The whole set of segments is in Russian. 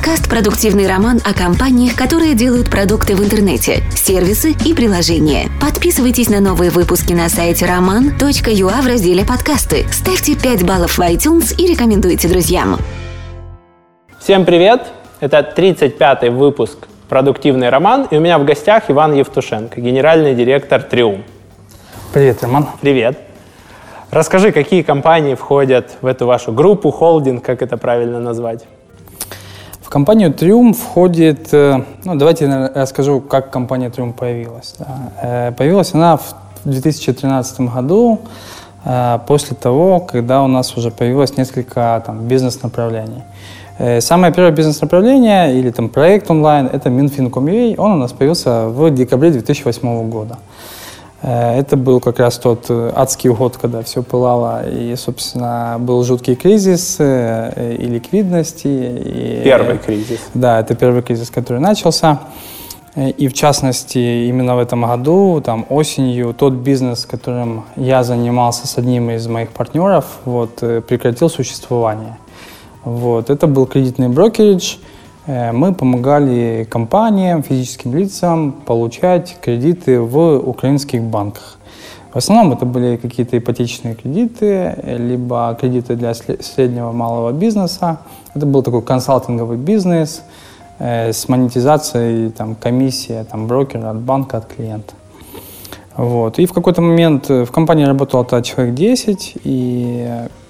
Подкаст «Продуктивный роман» о компаниях, которые делают продукты в интернете, сервисы и приложения. Подписывайтесь на новые выпуски на сайте roman.ua в разделе «Подкасты». Ставьте 5 баллов в iTunes и рекомендуйте друзьям. Всем привет! Это 35-й выпуск «Продуктивный роман», и у меня в гостях Иван Евтушенко, генеральный директор Trium. Привет, Роман. Привет. Расскажи, какие компании входят в эту вашу группу, холдинг, как это правильно назвать? В компанию Trium входит... давайте я расскажу, как компания Trium появилась. Появилась она в 2013 году, после того, когда у нас уже появилось несколько бизнес-направлений. Самое первое бизнес-направление или проект онлайн – это Minfin.com.ua. Он у нас появился в декабре 2008 года. Это был как раз тот адский год, когда все пылало, и, собственно, был жуткий кризис и ликвидности. Первый кризис. Да, это первый кризис, который начался. И, в частности, именно в этом году, осенью, тот бизнес, которым я занимался с одним из моих партнеров, прекратил существование. Это был кредитный брокеридж. Мы помогали компаниям, физическим лицам получать кредиты в украинских банках. В основном это были какие-то ипотечные кредиты, либо кредиты для среднего малого бизнеса. Это был такой консалтинговый бизнес с монетизацией, комиссия брокера от банка, от клиента. И в какой-то момент в компании работало человек 10, и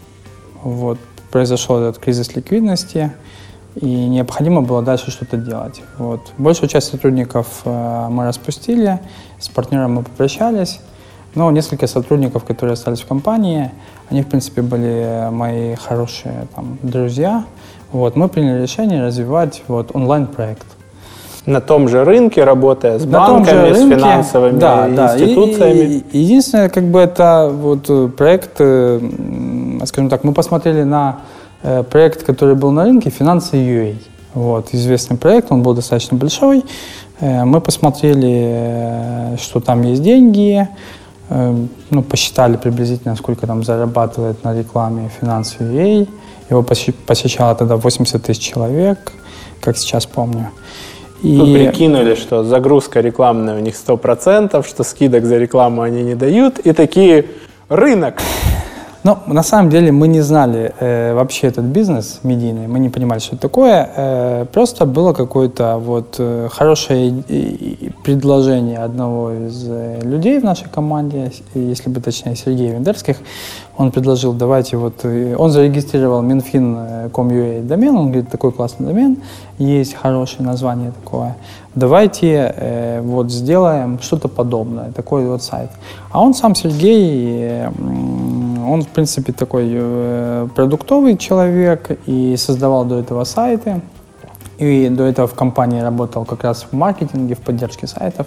произошел этот кризис ликвидности. И необходимо было дальше что-то делать. Большую часть сотрудников мы распустили, с партнером мы попрощались, но несколько сотрудников, которые остались в компании, они, в принципе, были мои хорошие друзья. Мы приняли решение развивать онлайн-проект. На том же рынке, работая с банками, с финансовыми институциями. Единственное, это проект, скажем так, мы посмотрели на проект, который был на рынке, Finanсы.ua. Известный проект, он был достаточно большой. Мы посмотрели, что там есть деньги, посчитали приблизительно, сколько там зарабатывает на рекламе Finanсы.ua. Его посещало тогда 80 тысяч человек, как сейчас помню. Прикинули, что загрузка рекламная у них 100%, что скидок за рекламу они не дают, и такие рынок. На самом деле мы не знали вообще этот бизнес медийный, мы не понимали, что это такое. Просто было какое-то хорошее предложение одного из людей в нашей команде, если бы точнее Сергея Вендерских. Он предложил, давайте он зарегистрировал Minfin.com.ua домен, он говорит, такой классный домен, есть хорошее название такое. Давайте сделаем что-то подобное, такой сайт. А он сам, Сергей, он, в принципе, такой продуктовый человек и создавал до этого сайты. И до этого в компании работал как раз в маркетинге, в поддержке сайтов.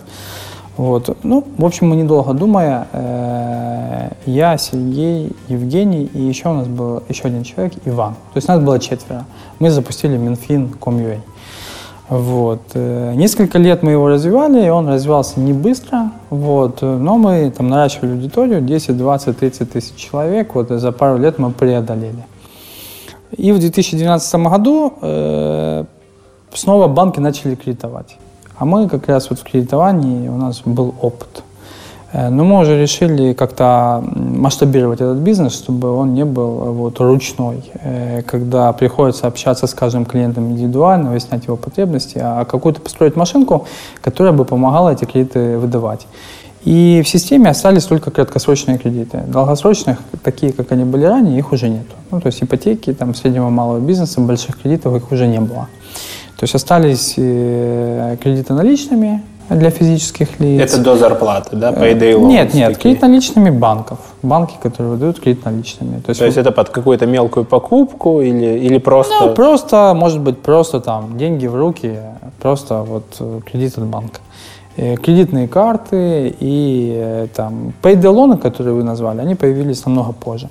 В общем, мы недолго думая, я, Сергей, Евгений, и еще у нас был еще один человек, Иван. То есть нас было 4. Мы запустили Minfin.com.ua. Несколько лет мы его развивали, и он развивался не быстро, но мы наращивали аудиторию, 10, 20, 30 тысяч человек, за пару лет мы преодолели. И в 2012 году снова банки начали кредитовать. А мы как раз в кредитовании, у нас был опыт. Но мы уже решили как-то масштабировать этот бизнес, чтобы он не был ручной, когда приходится общаться с каждым клиентом индивидуально, выяснять его потребности, а какую-то построить машинку, которая бы помогала эти кредиты выдавать. И в системе остались только краткосрочные кредиты. Долгосрочных, такие, как они были ранее, их уже нет. То есть ипотеки, среднего малого бизнеса, больших кредитов их уже не было. То есть остались кредиты наличными для физических лиц. Это до зарплаты, да? Payday loans? Нет, кредит наличными банков. Банки, которые выдают кредит наличными. То есть это под какую-то мелкую покупку или просто... Просто, может быть, просто деньги в руки, просто кредит от банка. Кредитные карты и payday loans, которые вы назвали, они появились намного позже.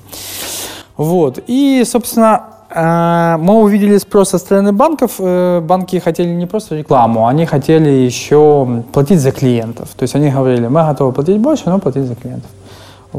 И, собственно, мы увидели спрос со стороны банков. Банки хотели не просто рекламу, они хотели еще платить за клиентов. То есть они говорили, мы готовы платить больше, но платить за клиентов.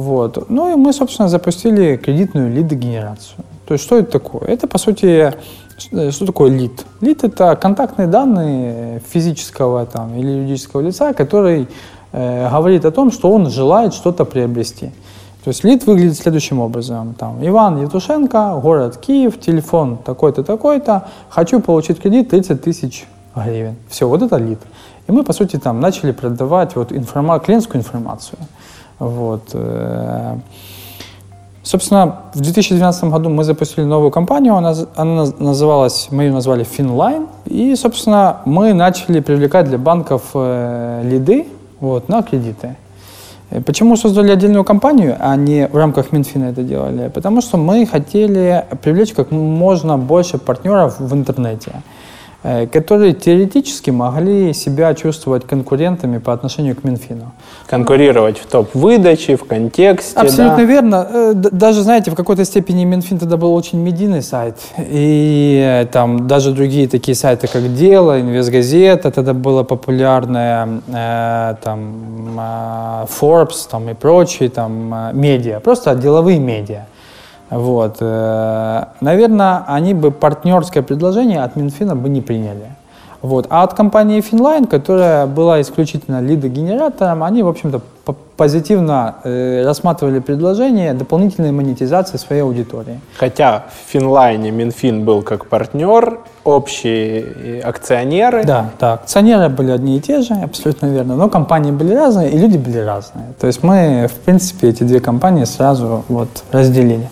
И мы, собственно, запустили кредитную лидогенерацию. То есть что это такое? Это, по сути, Что такое лид? Лид – это контактные данные физического там, или юридического лица, который говорит о том, что он желает что-то приобрести. То есть лид выглядит следующим образом. Там, Иван Евтушенко, город Киев, телефон такой-то, такой-то, хочу получить кредит 30 тысяч гривен. Все, вот это лид. И мы, по сути, там начали продавать вот клиентскую информацию. Вот. Собственно, в 2012 году мы запустили новую компанию, она называлась, мы ее назвали FinLine, и, собственно, мы начали привлекать для банков лиды вот, на кредиты. Почему создали отдельную компанию, а не в рамках Минфина это делали? Потому что мы хотели привлечь как можно больше партнеров в интернете, которые теоретически могли себя чувствовать конкурентами по отношению к Минфину. Конкурировать в топ-выдаче, в контексте. Абсолютно верно. Даже, знаете, в какой-то степени Минфин тогда был очень медийный сайт. И там даже другие такие сайты, как «Дело», «Инвестгазета», тогда было популярное, там, Forbes там, и прочие там, медиа, просто деловые медиа. Вот. Наверное, они бы партнерское предложение от Минфина бы не приняли. Вот. А от компании FinLine, которая была исключительно лидогенератором, они, в общем-то, позитивно рассматривали предложение дополнительной монетизации своей аудитории. Хотя в FinLine Минфин был как партнер, общие акционеры. Да, акционеры были одни и те же, абсолютно верно, но компании были разные и люди были разные. То есть мы, в принципе, эти две компании сразу вот разделили.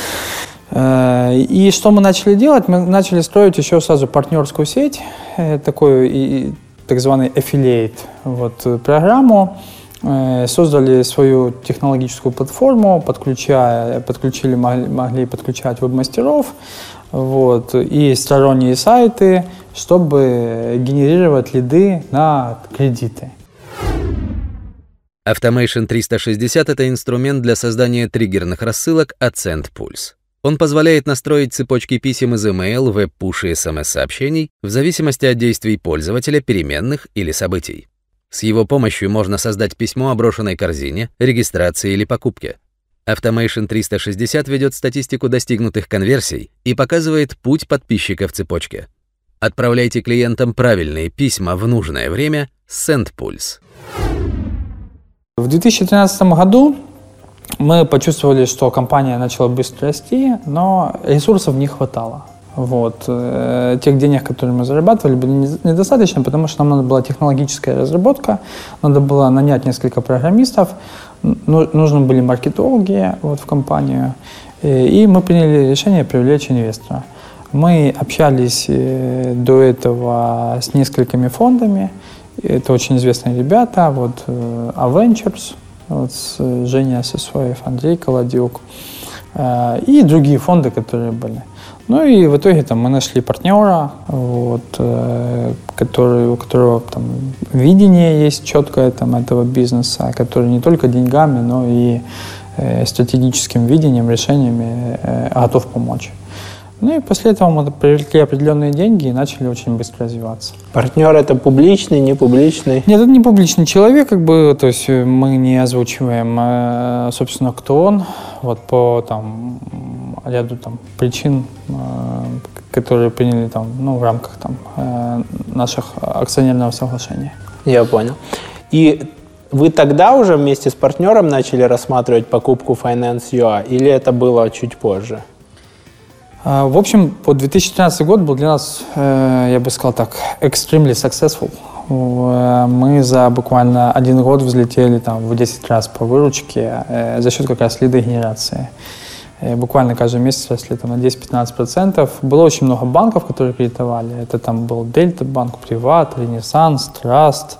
И что мы начали делать? Мы начали строить еще сразу партнерскую сеть, такую так званый affiliate вот, программу, создали свою технологическую платформу, могли подключать веб-мастеров вот, и сторонние сайты, чтобы генерировать лиды на кредиты. Automation 360 – это инструмент для создания триггерных рассылок от SendPulse. Он позволяет настроить цепочки писем из email, веб-пуш и смс-сообщений в зависимости от действий пользователя, переменных или событий. С его помощью можно создать письмо о брошенной корзине, регистрации или покупке. Automation 360 ведет статистику достигнутых конверсий и показывает путь подписчика в цепочке. Отправляйте клиентам правильные письма в нужное время с SendPulse. В 2013 году мы почувствовали, что компания начала быстро расти, но ресурсов не хватало. Вот. Тех денег, которые мы зарабатывали, были недостаточно, потому что нам надо была технологическая разработка, надо было нанять несколько программистов, нужны были маркетологи вот, в компанию, и мы приняли решение привлечь инвестора. Мы общались до этого с несколькими фондами, это очень известные ребята, вот Aventures, вот, Женя Сысоев, Андрей Колодюк и другие фонды, которые были. Ну и в итоге там, мы нашли партнера, вот, у которого там, видение есть четкое там, этого бизнеса, который не только деньгами, но и стратегическим видением, решениями готов помочь. Ну и после этого мы привлекли определенные деньги и начали очень быстро развиваться. Партнер – это публичный, не публичный? Нет, это не публичный человек, как бы, то есть мы не озвучиваем, собственно, кто он, вот по там, ряду там, причин, которые приняли там, ну, в рамках там, наших акционерного соглашения. Я понял. И вы тогда уже вместе с партнером начали рассматривать покупку Finance.ua или это было чуть позже? В общем, 2013 год был для нас, я бы сказал так, extremely successful. Мы за буквально 1 год взлетели там, в 10 раз по выручке за счет как раз лидогенерации. Буквально каждый месяц росли там, на 10-15%. Было очень много банков, которые кредитовали. Это там был Дельта банк, Приват, Ренессанс, Траст,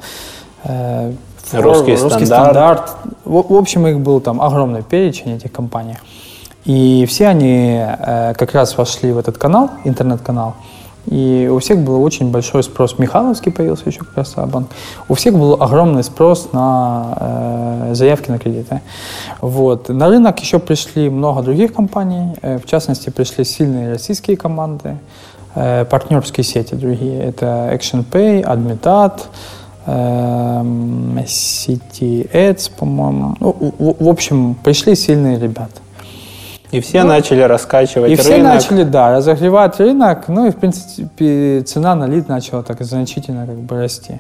Русский стандарт. В общем, их был там огромный перечень этих компаний. И все они как раз вошли в этот канал, интернет-канал, и у всех был очень большой спрос. Михайловский появился еще как раз банк. У всех был огромный спрос на заявки на кредиты. Вот. На рынок еще пришли много других компаний, в частности, пришли сильные российские команды, партнерские сети другие. Это ActionPay, Admitat, City Ads, по-моему. Ну, в общем, пришли сильные ребята. И все начали раскачивать рынок. И все начали, да, разогревать рынок, ну и, в принципе, цена на лид начала так значительно как бы расти.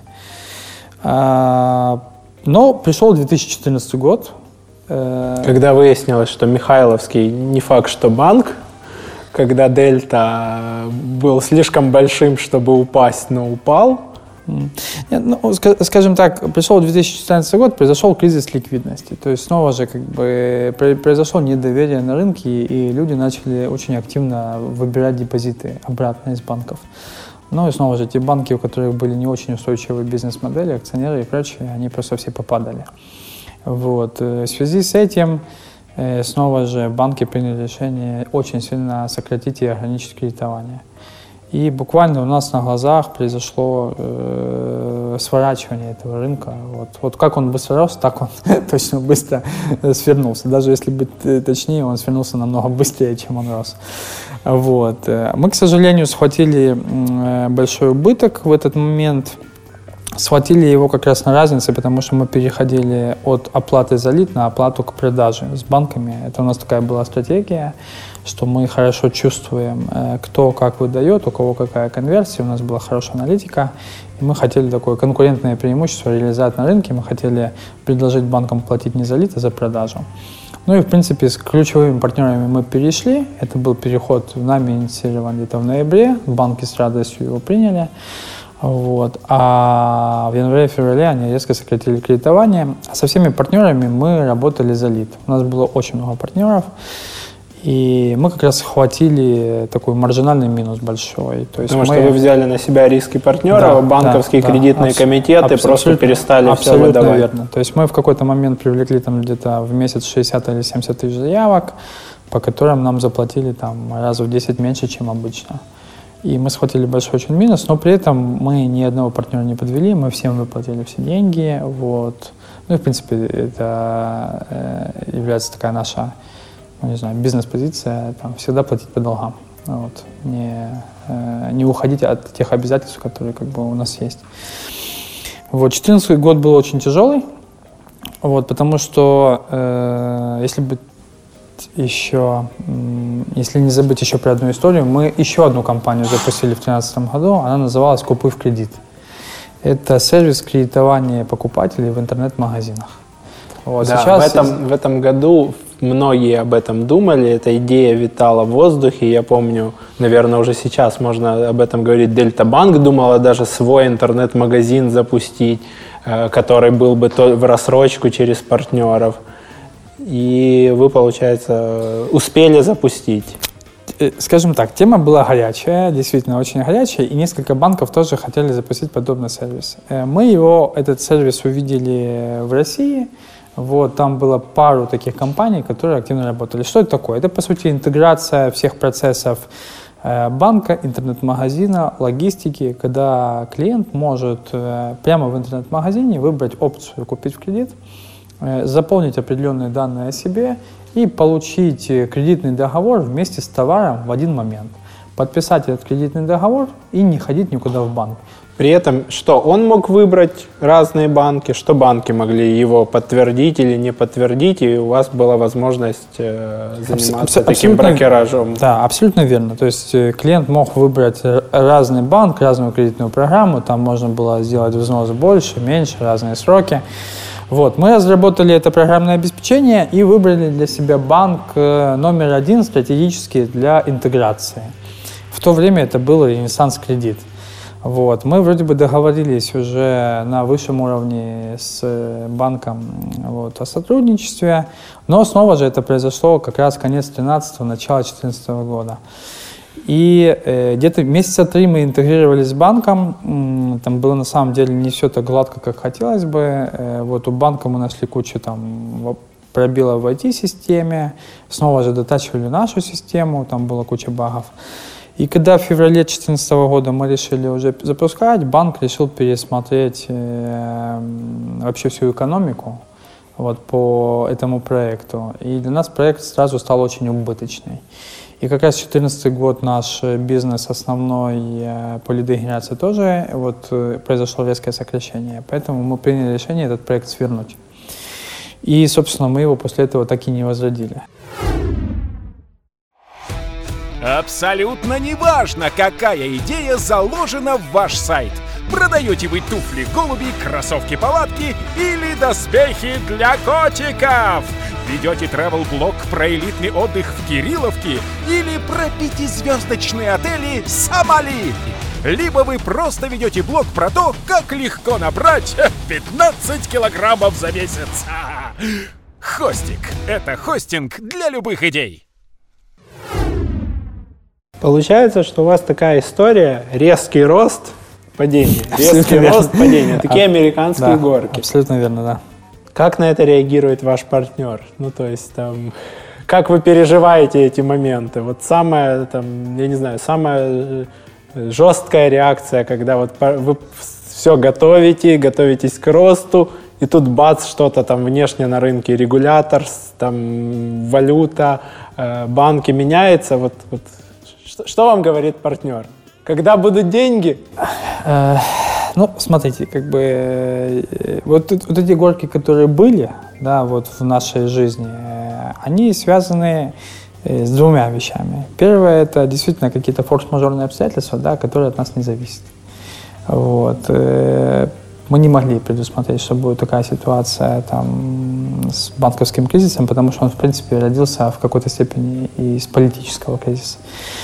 Но пришел 2014 год. Когда выяснилось, что Михайловский не факт, что банк, когда Дельта был слишком большим, чтобы упасть, но упал. Нет, ну, скажем так, пришел 2014 год, произошел кризис ликвидности. То есть снова же как бы произошло недоверие на рынке, и люди начали очень активно выбирать депозиты обратно из банков. Ну и снова же те банки, у которых были не очень устойчивые бизнес-модели, акционеры и прочие, они просто все попадали. Вот. В связи с этим снова же банки приняли решение очень сильно сократить и ограничить кредитование. И буквально у нас на глазах произошло сворачивание этого рынка. Вот как он быстро рос, так он точно быстро свернулся. Даже если быть точнее, он свернулся намного быстрее, чем он рос. Вот. Мы, к сожалению, схватили большой убыток в этот момент. Схватили его как раз на разнице, потому что мы переходили от оплаты за лид на оплату к продаже с банками. Это у нас такая была стратегия, что мы хорошо чувствуем, кто как выдает, у кого какая конверсия. У нас была хорошая аналитика, и мы хотели такое конкурентное преимущество реализовать на рынке. Мы хотели предложить банкам платить не за лид, а за продажу. Ну и, в принципе, с ключевыми партнерами мы перешли. Это был переход нами инициирован где-то в ноябре. Банки с радостью его приняли. Вот. А в январе-феврале они резко сократили кредитование. А со всеми партнерами мы работали за лид. У нас было очень много партнеров. И мы как раз схватили такой маржинальный минус большой. То есть потому что вы взяли на себя риски партнеров, да, банковские кредитные комитеты просто перестали все выдавать. Абсолютно верно. То есть мы в какой-то момент привлекли там где-то в месяц 60 или 70 тысяч заявок, по которым нам заплатили там раза в 10 меньше, чем обычно. И мы схватили большой очень минус, но при этом мы ни одного партнера не подвели, мы всем выплатили все деньги. Вот. Ну и, в принципе, это является такая наша, ну, не знаю, бизнес-позиция, там, всегда платить по долгам. Вот. Не уходить от тех обязательств, которые как бы у нас есть. Вот. 2014 год был очень тяжелый, вот, потому что если не забыть еще про одну историю, мы еще одну компанию запустили в 2013 году, она называлась «Купи в кредит». Это сервис кредитования покупателей в интернет-магазинах. Вот, да, сейчас в этом году многие об этом думали, эта идея витала в воздухе. Я помню, наверное, уже сейчас можно об этом говорить. Дельта Банк думала даже свой интернет-магазин запустить, который был бы в рассрочку через партнеров. И вы, получается, успели запустить. Скажем так, тема была горячая, действительно очень горячая, и несколько банков тоже хотели запустить подобный сервис. Мы этот сервис увидели в России. Вот, там было пару таких компаний, которые активно работали. Что это такое? Это, по сути, интеграция всех процессов банка, интернет-магазина, логистики, когда клиент может прямо в интернет-магазине выбрать опцию «Купить в кредит», заполнить определенные данные о себе и получить кредитный договор вместе с товаром в один момент. Подписать этот кредитный договор и не ходить никуда в банк. При этом, что он мог выбрать разные банки, что банки могли его подтвердить или не подтвердить, и у вас была возможность заниматься таким брокеражем. Да, абсолютно верно. То есть клиент мог выбрать разный банк, разную кредитную программу, там можно было сделать взнос больше, меньше, разные сроки. Вот. Мы разработали это программное обеспечение и выбрали для себя банк номер 1 стратегический для интеграции. В то время это был Ренессанс Кредит. Вот. Мы вроде бы договорились уже на высшем уровне с банком о сотрудничестве, но снова же это произошло как раз конец 2013-го, начало 2014 года. И где-то месяца 3 мы интегрировались с банком. Там было на самом деле не все так гладко, как хотелось бы. Вот у банка мы нашли кучу пробелов в IT-системе. Снова же дотачивали нашу систему, там была куча багов. И когда в феврале 2014 года мы решили уже запускать, банк решил пересмотреть вообще всю экономику по этому проекту. И для нас проект сразу стал очень убыточный. И как раз 2014 год наш бизнес основной по лидогенерации тоже произошло резкое сокращение. Поэтому мы приняли решение этот проект свернуть. И, собственно, мы его после этого так и не возродили. Абсолютно неважно, какая идея заложена в ваш сайт. Продаете вы туфли-голуби, кроссовки-палатки или доспехи для котиков? Ведете travel-блог про элитный отдых в Кирилловке или про 5-звездочные отели Сомали? Либо вы просто ведете блог про то, как легко набрать 15 килограммов за месяц. Хостик – это хостинг для любых идей. Получается, что у вас такая история: резкий рост, падение, резкий рост, падение. Такие американские горки. Абсолютно верно, да. Как на это реагирует ваш партнер? Ну, то есть, там, как вы переживаете эти моменты? Вот самая, там, я не знаю, самая жесткая реакция, когда вот вы все готовитесь к росту, и тут бац, что-то там внешне на рынке, регулятор, там, валюта, банки меняется. Вот что вам говорит партнер? Когда будут деньги? Ну, смотрите, как бы вот эти горки, которые были, да, вот в нашей жизни, они связаны с двумя вещами. Первое – это действительно какие-то форс-мажорные обстоятельства, да, которые от нас не зависят. Вот. Мы не могли предусмотреть, что будет такая ситуация там, с банковским кризисом, потому что он, в принципе, родился в какой-то степени из политического кризиса.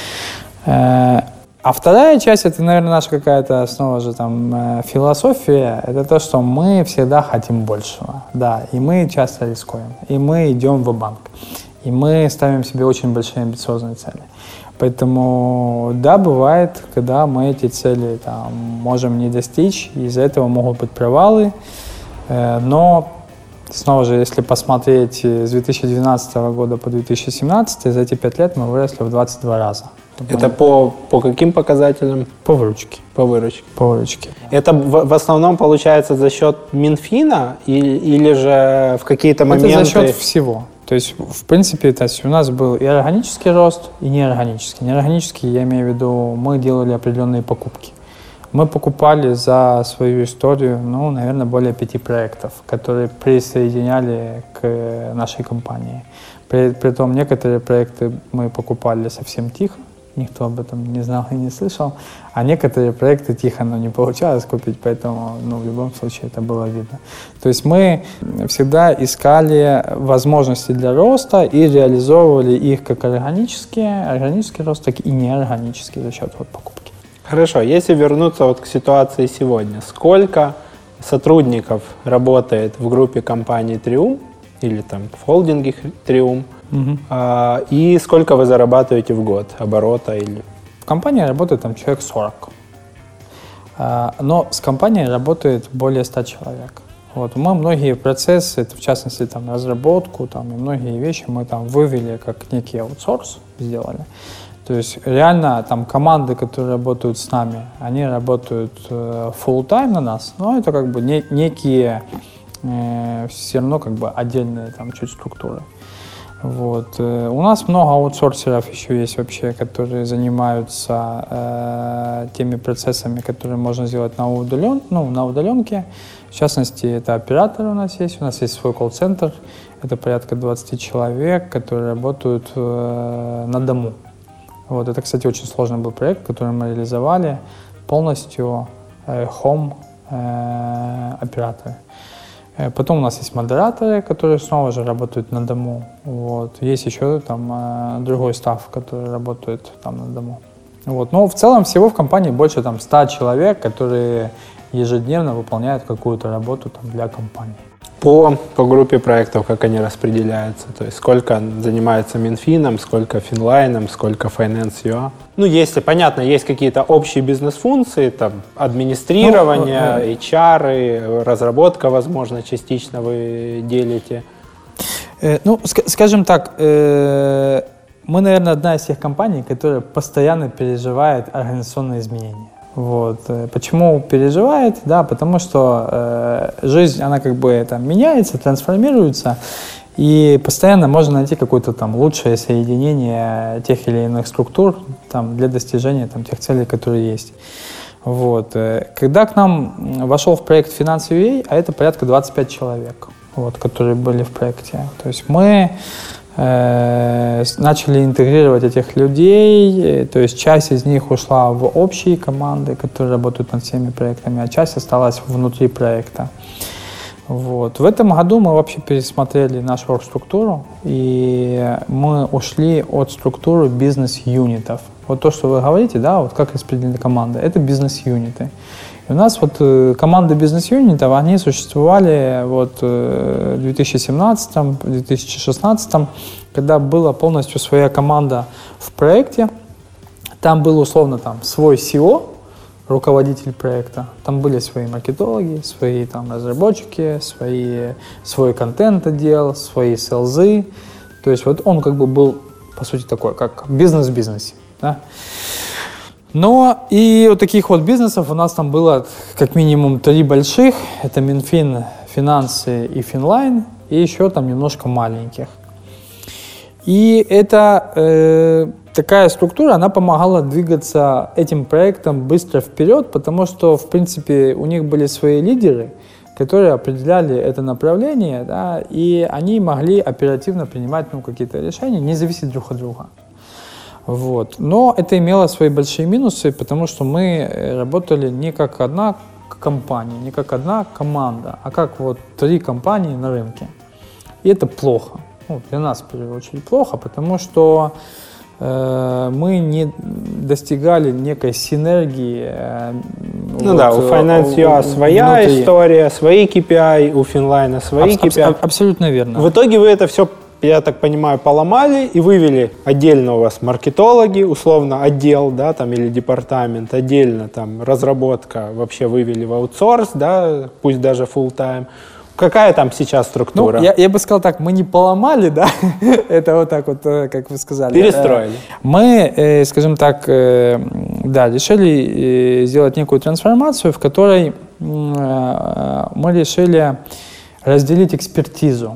А вторая часть, это, наверное, наша какая-то снова же там философия, это то, что мы всегда хотим большего, да, и мы часто рискуем, и мы идем в банк, и мы ставим себе очень большие амбициозные цели. Поэтому, да, бывает, когда мы эти цели там, можем не достичь, и из-за этого могут быть провалы, но, снова же, если посмотреть с 2012 года по 2017, за эти 5 лет мы выросли в 22 раза. Это по каким показателям? По выручке. По выручке. По выручке. Это в основном получается за счет Минфина или же в какие-то моменты? Это за счет всего. То есть, в принципе, то есть у нас был и органический рост, и неорганический. Неорганический, я имею в виду, мы делали определенные покупки. Мы покупали за свою историю, ну, наверное, более 5 проектов, которые присоединяли к нашей компании. Притом некоторые проекты мы покупали совсем тихо, никто об этом не знал и не слышал, а некоторые проекты тихо, но не получалось купить, поэтому, ну, в любом случае это было видно. То есть мы всегда искали возможности для роста и реализовывали их как органический рост, так и неорганический за счет вот покупки. Хорошо, если вернуться вот к ситуации сегодня, сколько сотрудников работает в группе компании Trium или там в холдинге Trium, и сколько вы зарабатываете в год оборота? Или... В компании работает там человек 40, но с компанией работает более 100 человек. Вот. Мы многие процессы, в частности там, разработку там, и многие вещи мы там вывели как некий аутсорс, сделали. То есть реально там команды, которые работают с нами, они работают full-time на нас, но это как бы некие все равно как бы отдельные там чуть структуры. Вот. У нас много аутсорсеров еще есть вообще, которые занимаются теми процессами, которые можно сделать на удаленке. В частности, это операторы у нас есть свой колл-центр, это порядка 20 человек, которые работают на дому. Вот. Это, кстати, очень сложный был проект, который мы реализовали полностью home операторы. Потом у нас есть модераторы, которые снова же работают на дому. Вот. Есть еще там другой стаф, который работает там на дому. Вот. Но в целом всего в компании больше там 100 человек, которые ежедневно выполняют какую-то работу там, для компании. По группе проектов, как они распределяются? То есть сколько занимается Минфином, сколько Финлайном, сколько Finance.ua? Ну, если, понятно, есть какие-то общие бизнес-функции, там, администрирование, HR, разработка, возможно, частично вы делите. Ну, скажем так, мы, наверное, одна из тех компаний, которая постоянно переживает организационные изменения. Вот. Почему переживает? Да, потому что жизнь, она как бы там меняется, трансформируется, и постоянно можно найти какое-то там лучшее соединение тех или иных структур там, для достижения там, тех целей, которые есть. Вот. Когда к нам вошел в проект Finance.ua, а это порядка 25 человек, вот, которые были в проекте. То есть мы начали интегрировать этих людей, то есть часть из них ушла в общие команды, которые работают над всеми проектами, а часть осталась внутри проекта. Вот. В этом году мы вообще пересмотрели нашу оргструктуру, и мы ушли от структуры бизнес-юнитов. Вот то, что вы говорите, да, вот как распределены команды, это бизнес-юниты. И у нас вот команды бизнес-юнитов, они существовали вот в 2017-2016, когда была полностью своя команда в проекте. Там был условно там свой SEO, руководитель проекта. Там были свои маркетологи, свои там разработчики, свой контент-отдел, свои селзы. То есть вот он как бы был, по сути, такой, как бизнес в бизнесе. Да? Но и вот таких вот бизнесов у нас там было как минимум 3 больших. Это Минфин, Финансы и Финлайн, и еще там немножко маленьких. И это такая структура, она помогала двигаться этим проектам быстро вперед, потому что, в принципе, у них были свои лидеры, которые определяли это направление, да, и они могли оперативно принимать какие-то решения, не зависеть друг от друга. Вот. Но это имело свои большие минусы, потому что мы работали не как одна компания, не как одна команда, а как вот 3 компании на рынке. И это плохо. Для нас, в первую очередь, плохо, потому что мы не достигали некой синергии. У Finance.ua своя внутри. История, свои KPI, у Финлайна свои KPI. Абсолютно верно. В итоге вы это все, я так понимаю, поломали и вывели отдельно у вас маркетологи, условно отдел, да, там, или департамент, отдельно там разработка вообще вывели в аутсорс, да, пусть даже full-time. Какая там сейчас структура? Ну, я бы сказал так, мы не поломали, да, это вот так вот, как вы сказали. Перестроили. Мы, скажем так, да, решили сделать некую трансформацию, в которой мы решили разделить экспертизу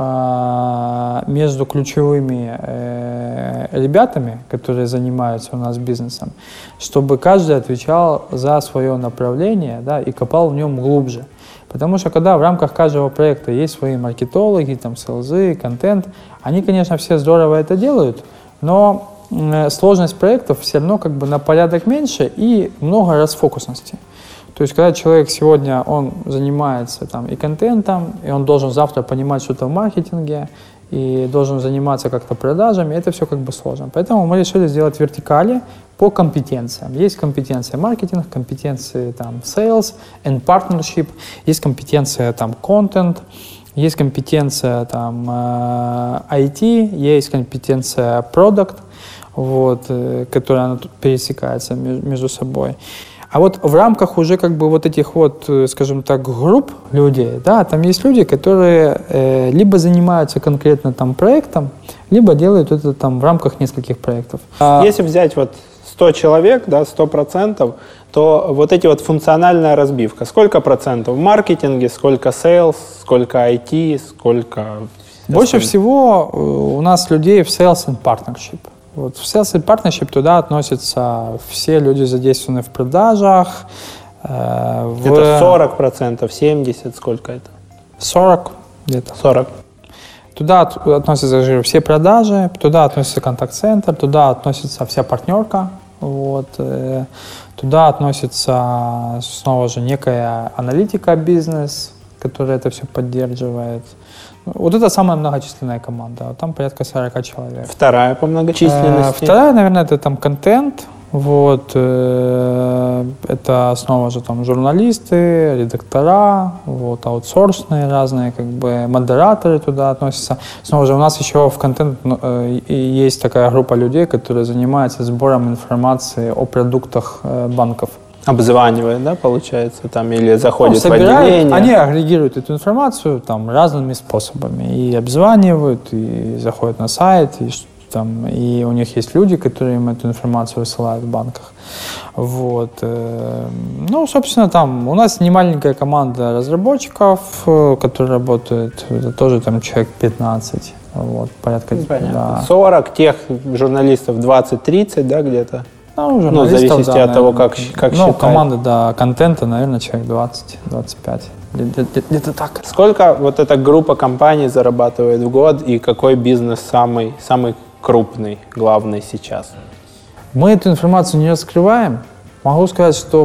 между ключевыми ребятами, которые занимаются у нас бизнесом, чтобы каждый отвечал за свое направление, да, и копал в нем глубже. Потому что когда в рамках каждого проекта есть свои маркетологи, там, селзы, контент, они, конечно, все здорово это делают, но сложность проектов все равно как бы на порядок меньше и много расфокусности. То есть, когда человек сегодня, он занимается там и контентом, и он должен завтра понимать что-то в маркетинге, и должен заниматься как-то продажами, это все как бы сложно. Поэтому мы решили сделать вертикали по компетенциям. Есть компетенция маркетинг, компетенции там sales and partnership, есть компетенция там content, есть компетенция там IT, есть компетенция product, вот, которая она тут пересекается между собой. А вот в рамках уже как бы вот этих вот, скажем так, групп людей, да, там есть люди, которые либо занимаются конкретно там проектом, либо делают это там в рамках нескольких проектов. Если взять вот 100 человек, да, 100%, то вот эти вот функциональная разбивка, сколько процентов в маркетинге, сколько sales, сколько IT, сколько... Больше всего у нас людей в sales and partnership. Вот в Sales and Partnership туда относятся все люди, задействованные в продажах. Это 40%, 70%, сколько это? 40 где-то. 40. Туда относятся все продажи, туда относится контакт-центр, туда относится вся партнерка. Вот. Туда относится снова же некая аналитика бизнес, которая это все поддерживает. Вот это самая многочисленная команда, там порядка 40 человек. Вторая по многочисленности? Вторая, наверное, это там контент, вот, это снова же там журналисты, редактора, вот, аутсорсные разные, как бы, модераторы туда относятся. Снова же у нас еще в контент есть такая группа людей, которые занимаются сбором информации о продуктах банков. Обзванивает, да, получается, там, или заходит в отделение? Они агрегируют эту информацию там разными способами. И обзванивают, и заходят на сайт, и, там, и у них есть люди, которые им эту информацию высылают в банках. Вот. Ну, собственно, там у нас немаленькая команда разработчиков, которые работают, это тоже там человек 15. Вот, порядка, да. 40, тех журналистов 20-30, да, где-то? Ну, в зависимости от того, как считать. Команда, да, контента, наверное, человек 20-25. Где-то так. Сколько вот эта группа компаний зарабатывает в год и какой бизнес самый крупный, главный сейчас? Мы эту информацию не раскрываем. Могу сказать, что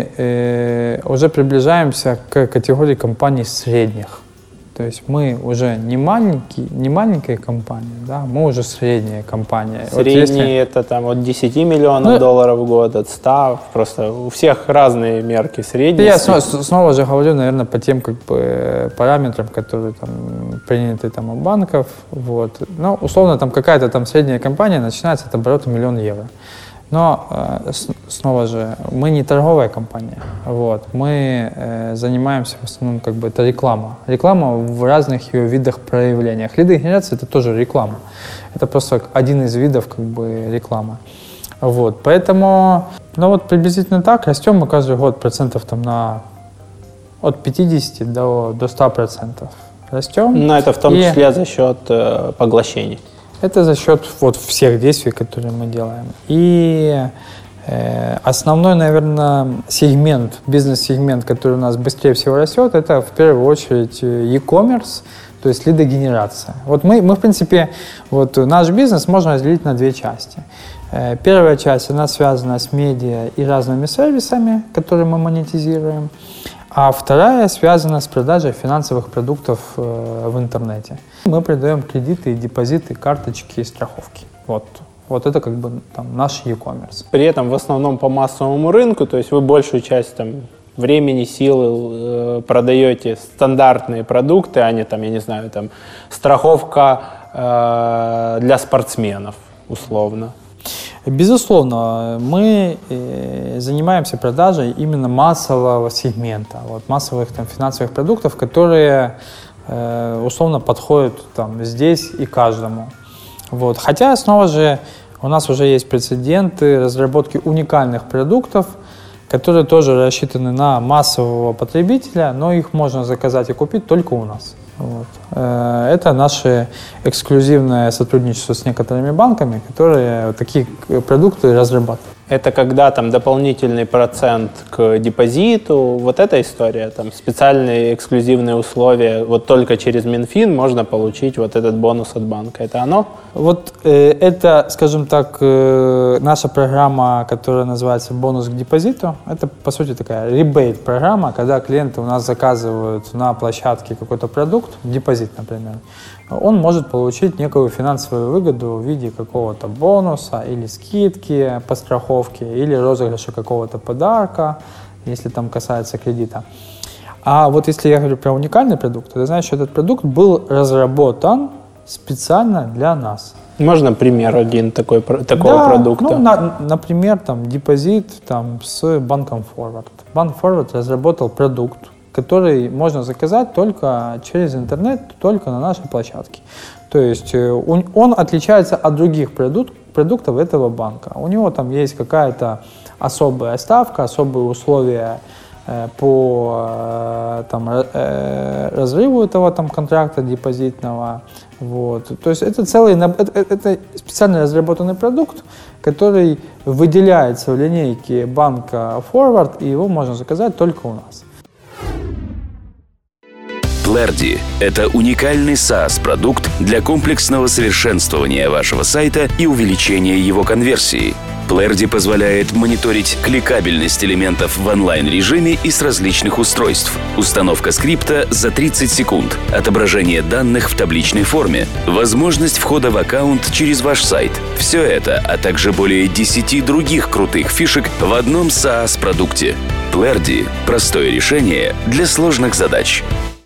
мы уже приближаемся к категории компаний средних. То есть мы уже не маленькая компания, да, мы уже средняя компания. Средние это там от 10 миллионов долларов в год, от 100, просто у всех разные мерки средние. Я снова же говорю, наверное, по тем параметрам, которые там приняты там у банков. Вот. Ну, условно, там какая-то там средняя компания начинается от оборота 1 миллион евро. Но, снова же, мы не торговая компания, вот. Мы занимаемся в основном, это реклама. Реклама в разных ее видах проявлениях. Лидогенерация — это тоже реклама. Это просто один из видов, рекламы. Вот. Поэтому, приблизительно так, растем мы каждый год процентов там от 50 до 100%. Растем. Но это в том числе за счет поглощений. Это за счет всех действий, которые мы делаем. И основной, наверное, бизнес-сегмент, который у нас быстрее всего растет, это в первую очередь e-commerce, то есть лидогенерация. Мы, в принципе, наш бизнес можно разделить на две части. Первая часть, она связана с медиа и разными сервисами, которые мы монетизируем. А вторая связана с продажей финансовых продуктов в интернете. Мы продаем кредиты, депозиты, карточки и страховки. Вот это наш e-commerce. При этом в основном по массовому рынку, то есть вы большую часть времени, силы продаете стандартные продукты, а не страховка для спортсменов, условно. Безусловно, мы занимаемся продажей именно массового сегмента, массовых финансовых продуктов, которые условно подходят здесь и каждому. Хотя, снова же, у нас уже есть прецеденты разработки уникальных продуктов, которые тоже рассчитаны на массового потребителя, но их можно заказать и купить только у нас. Это наше эксклюзивное сотрудничество с некоторыми банками, которые такие продукты разрабатывают. Это когда дополнительный процент к депозиту, эта история, специальные эксклюзивные условия, только через Минфин можно получить этот бонус от банка. Это оно? Это, скажем так, наша программа, которая называется «Бонус к депозиту». Это, по сути, такая ребейт-программа, когда клиенты у нас заказывают на площадке какой-то продукт, депозит, например, он может получить некую финансовую выгоду в виде какого-то бонуса или скидки по страховке, или розыгрыша какого-то подарка, если касается кредита. А если я говорю про уникальный продукт, это значит, что этот продукт был разработан специально для нас. Можно пример один такого продукта? Например, депозит с банком Forward. Банк Forward разработал продукт, который можно заказать только через интернет, только на нашей площадке. То есть он отличается от других продуктов этого банка. У него есть какая-то особая ставка, особые условия по разрыву этого контракта депозитного. То есть это это специально разработанный продукт, который выделяется в линейке банка Forward, и его можно заказать только у нас. Plerdy – это уникальный SaaS-продукт для комплексного совершенствования вашего сайта и увеличения его конверсии. Plerdy позволяет мониторить кликабельность элементов в онлайн-режиме и с различных устройств, установка скрипта за 30 секунд, отображение данных в табличной форме, возможность входа в аккаунт через ваш сайт. Все это, а также более 10 других крутых фишек в одном SaaS-продукте. Plerdy – простое решение для сложных задач.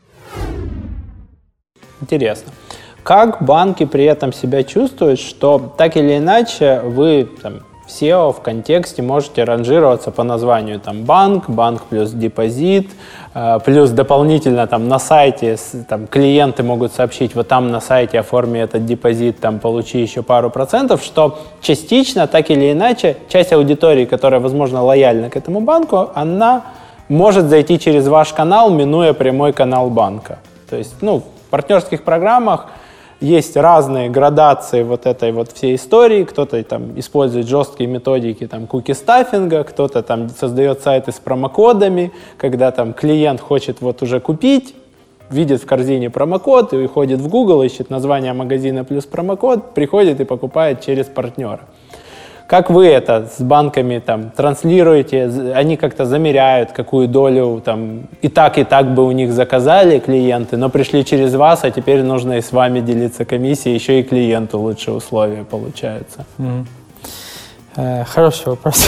Интересно. Как банки при этом себя чувствуют, что так или иначе вы в SEO, в контексте можете ранжироваться по названию банк плюс депозит, плюс дополнительно на сайте клиенты могут сообщить, на сайте оформи этот депозит, получи еще пару процентов, что частично, так или иначе, часть аудитории, которая, возможно, лояльна к этому банку, она может зайти через ваш канал, минуя прямой канал банка. То есть, в партнерских программах есть разные градации вот этой вот всей истории. Кто-то там использует жесткие методики там куки-стаффинга, кто-то там создает сайты с промокодами, когда там клиент хочет вот уже купить, видит в корзине промокод и уходит в Google, ищет название магазина плюс промокод, приходит и покупает через партнера. Как вы это с банками там транслируете? Они как-то замеряют, какую долю там и так бы у них заказали клиенты, но пришли через вас, а теперь нужно и с вами делиться комиссией, еще и клиенту лучшие условия получаются. Хороший вопрос.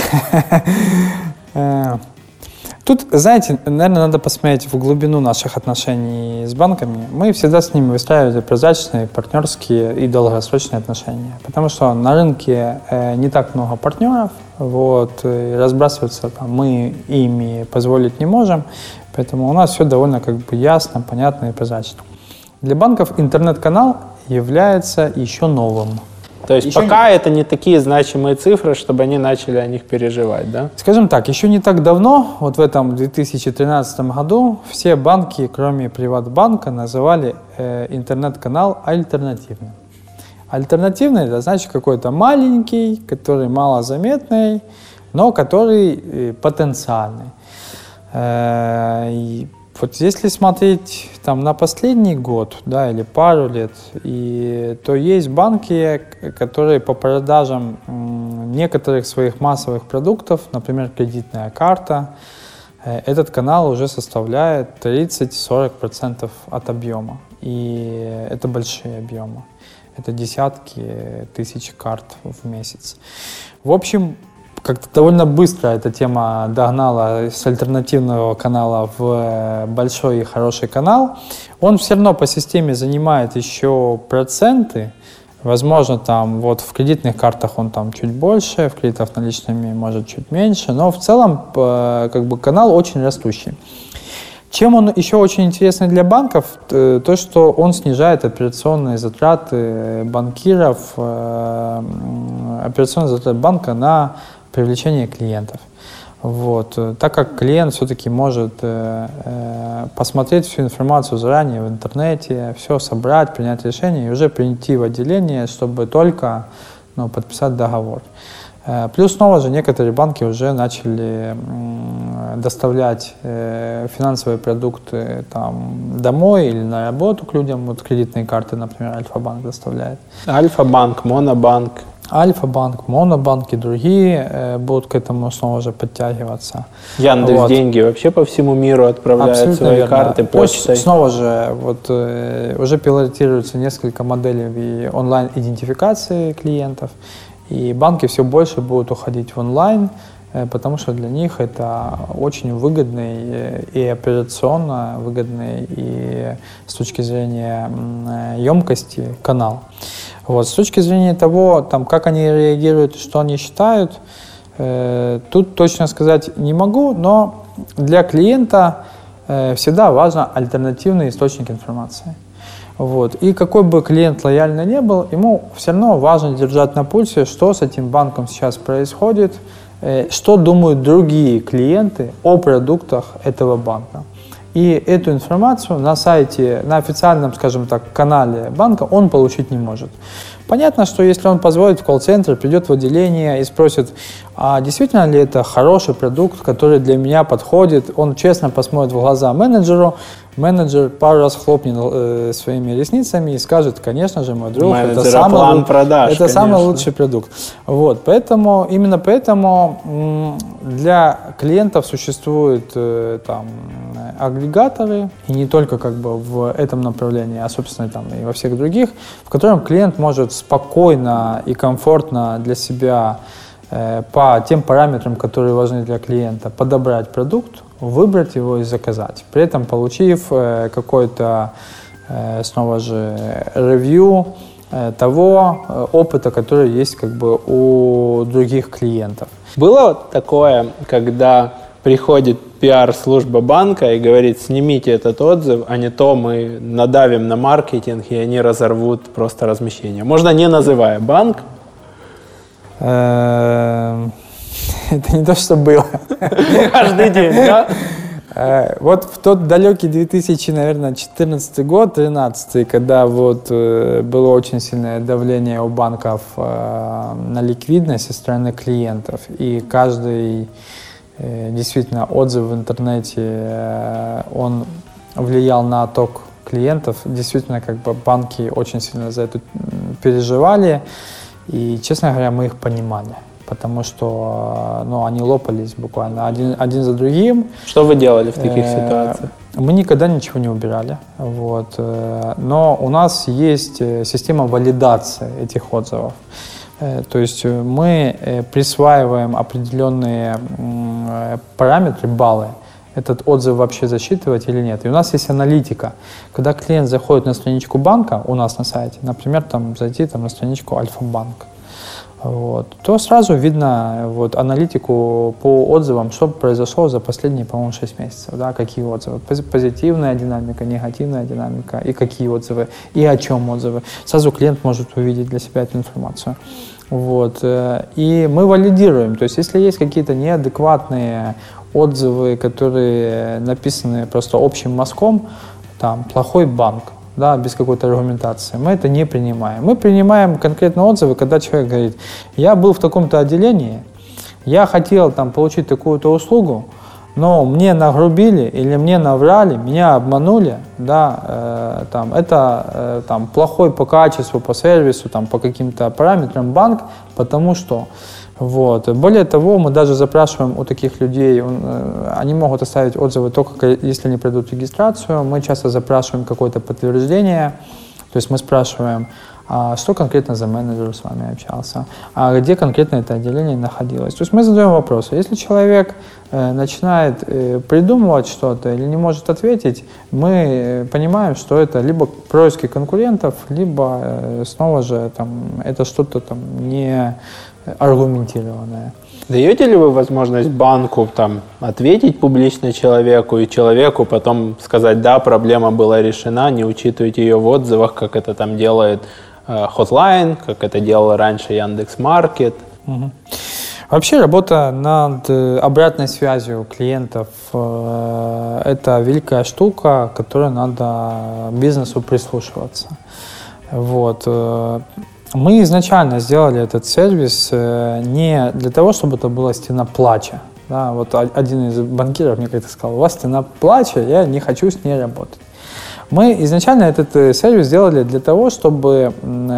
Тут, знаете, наверное, надо посмотреть в глубину наших отношений с банками. Мы всегда с ними выстраивали прозрачные, партнерские и долгосрочные отношения. Потому что на рынке не так много партнеров, вот, и разбрасываться там, мы ими позволить не можем. Поэтому у нас все довольно как бы ясно, понятно и прозрачно. Для банков интернет-канал является еще новым. То есть еще пока это не такие значимые цифры, чтобы они начали о них переживать, да? Скажем так, еще не так давно, вот в этом 2013 году, все банки, кроме Приватбанка, называли интернет-канал альтернативным. Альтернативный – это значит какой-то маленький, который малозаметный, но который потенциальный. Вот если смотреть там, на последний год, да, или пару лет, то есть банки, которые по продажам некоторых своих массовых продуктов, например, кредитная карта, этот канал уже составляет 30-40% от объема. И это большие объемы. Это десятки тысяч карт в месяц. В общем, как-то довольно быстро эта тема догнала с альтернативного канала в большой и хороший канал. Он все равно по системе занимает еще проценты. Возможно, там вот в кредитных картах он там чуть больше, в кредитах наличными может чуть меньше, но в целом как бы канал очень растущий. Чем он еще очень интересный для банков, то, что он снижает операционные затраты банкиров, операционные затраты банка на привлечение клиентов. Вот. Так как клиент все-таки может посмотреть всю информацию заранее в интернете, все собрать, принять решение и уже прийти в отделение, чтобы только подписать договор. Плюс снова же некоторые банки уже начали доставлять финансовые продукты там, домой или на работу к людям. Вот кредитные карты, например, Альфа-банк доставляет. Альфа-банк, Монобанк. Альфа-банк, Монобанк и другие будут к этому снова же подтягиваться. Яндекс вот. Деньги вообще по всему миру отправляют абсолютно свои верно. Карты почтой. Снова же вот, уже пилотируется несколько моделей онлайн-идентификации клиентов, и банки все больше будут уходить в онлайн, потому что для них это очень выгодный и операционно выгодный и с точки зрения емкости канал. Вот. С точки зрения того, там, как они реагируют, что они считают, тут точно сказать не могу, но для клиента всегда важен альтернативный источник информации. Вот. И какой бы клиент лояльный ни был, ему все равно важно держать на пульсе, что с этим банком сейчас происходит, что думают другие клиенты о продуктах этого банка. И эту информацию на сайте, на официальном, скажем так, канале банка он получить не может. Понятно, что если он позвонит в колл-центр, придет в отделение и спросит, а действительно ли это хороший продукт, который для меня подходит, он честно посмотрит в глаза менеджеру, менеджер пару раз хлопнет своими ресницами и скажет, конечно же, мой друг, это самый лучший продукт. Вот, поэтому, именно поэтому для клиентов существуют там агрегаторы, и не только как бы в этом направлении, а, собственно, там и во всех других, в котором клиент может спокойно и комфортно для себя по тем параметрам, которые важны для клиента, подобрать продукт, выбрать его и заказать. При этом получив какой-то, снова же, ревью того опыта, который есть как бы у других клиентов. Было такое, когда приходит пиар-служба банка и говорит, снимите этот отзыв, а не то мы надавим на маркетинг, и они разорвут просто размещение. Можно не называя банк. Это не то, что было. Каждый день, да? Вот в тот далекий 2014 год, 2013, когда вот было очень сильное давление у банков на ликвидность со стороны клиентов, и каждый действительно отзыв в интернете, он влиял на отток клиентов, действительно как бы банки очень сильно за это переживали, и, честно говоря, мы их понимали. Потому что они лопались буквально один за другим. Что вы делали в таких ситуациях? Мы никогда ничего не убирали. Вот. Но у нас есть система валидации этих отзывов. То есть мы присваиваем определенные параметры, баллы. Этот отзыв вообще засчитывать или нет. И у нас есть аналитика. Когда клиент заходит на страничку банка у нас на сайте, например, зайти на страничку Альфа-банк, вот, то сразу видно аналитику по отзывам, что произошло за последние, по-моему, 6 месяцев, да, какие отзывы, позитивная динамика, негативная динамика, и какие отзывы, и о чем отзывы. Сразу клиент может увидеть для себя эту информацию. Вот, и мы валидируем, то есть если есть какие-то неадекватные отзывы, которые написаны просто общим мазком, плохой банк, да, без какой-то аргументации, мы это не принимаем. Мы принимаем конкретно отзывы, когда человек говорит: я был в таком-то отделении, я хотел получить такую-то услугу, но мне нагрубили или мне наврали, меня обманули, да, это плохой по качеству, по сервису, по каким-то параметрам банк, потому что. Вот. Более того, мы даже запрашиваем у таких людей, они могут оставить отзывы только если они пройдут регистрацию. Мы часто запрашиваем какое-то подтверждение, то есть мы спрашиваем, что конкретно за менеджер с вами общался, а где конкретно это отделение находилось. То есть мы задаем вопросы. Если человек начинает придумывать что-то или не может ответить, мы понимаем, что это либо происки конкурентов, либо снова же это что-то не аргументированное. Даете ли вы возможность банку ответить публично человеку, и человеку потом сказать: да, проблема была решена, не учитывать ее в отзывах, как это делает Hotline, как это делал раньше Яндекс.Маркет? Угу. Вообще работа над обратной связью клиентов – это великая штука, к которой надо бизнесу прислушиваться. Вот. Мы изначально сделали этот сервис не для того, чтобы это была стена плача. Да, вот один из банкиров мне как-то сказал: у вас стена плача, я не хочу с ней работать. Мы изначально этот сервис сделали для того, чтобы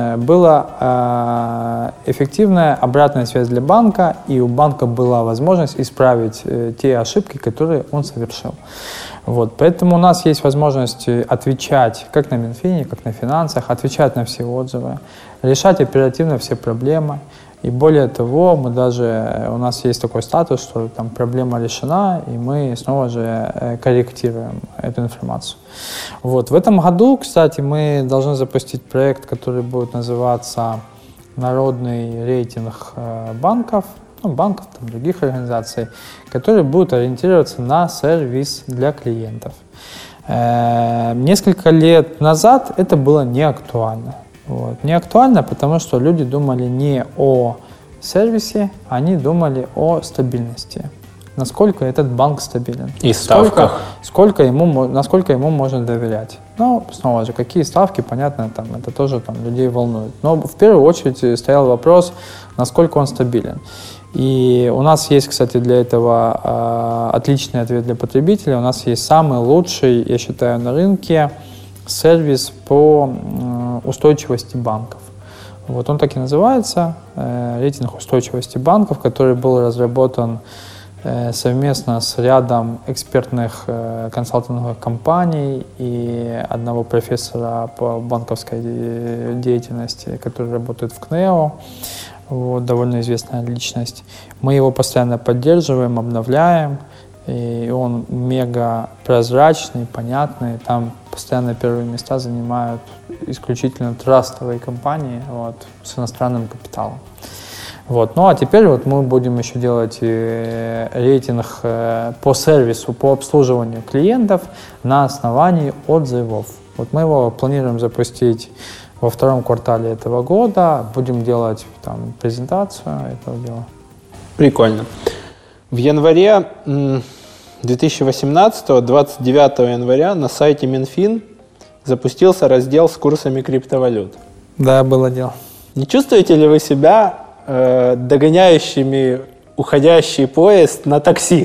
была эффективная обратная связь для банка, и у банка была возможность исправить те ошибки, которые он совершил. Вот, поэтому у нас есть возможность отвечать как на Минфине, как на финансах, отвечать на все отзывы, решать оперативно все проблемы. И более того, у нас есть такой статус, что проблема решена, и мы снова же корректируем эту информацию. Вот. В этом году, кстати, мы должны запустить проект, который будет называться «Народный рейтинг банков», других организаций, который будет ориентироваться на сервис для клиентов. Несколько лет назад это было не актуально. Вот. Не актуально, потому что люди думали не о сервисе, они думали о стабильности. Насколько этот банк стабилен. И ставках. Насколько ему можно доверять. Но, снова же, какие ставки, понятно, это тоже людей волнует. Но в первую очередь стоял вопрос, насколько он стабилен. И у нас есть, кстати, для этого отличный ответ для потребителя. У нас есть самый лучший, я считаю, на рынке сервис по устойчивости банков. Вот он так и называется, рейтинг устойчивости банков, который был разработан совместно с рядом экспертных консалтинговых компаний и одного профессора по банковской деятельности, который работает в КНЕО. Вот, довольно известная личность. Мы его постоянно поддерживаем, обновляем, и он мега прозрачный, понятный. Там постоянно первые места занимают исключительно трастовые компании с иностранным капиталом. Вот. Ну а теперь мы будем еще делать рейтинг по сервису, по обслуживанию клиентов на основании отзывов. Вот мы его планируем запустить во втором квартале этого года. Будем делать презентацию этого дела. Прикольно. В январе 2018, 29 января на сайте Минфин запустился раздел с курсами криптовалют. Да, было дело. Не чувствуете ли вы себя догоняющими уходящий поезд на такси?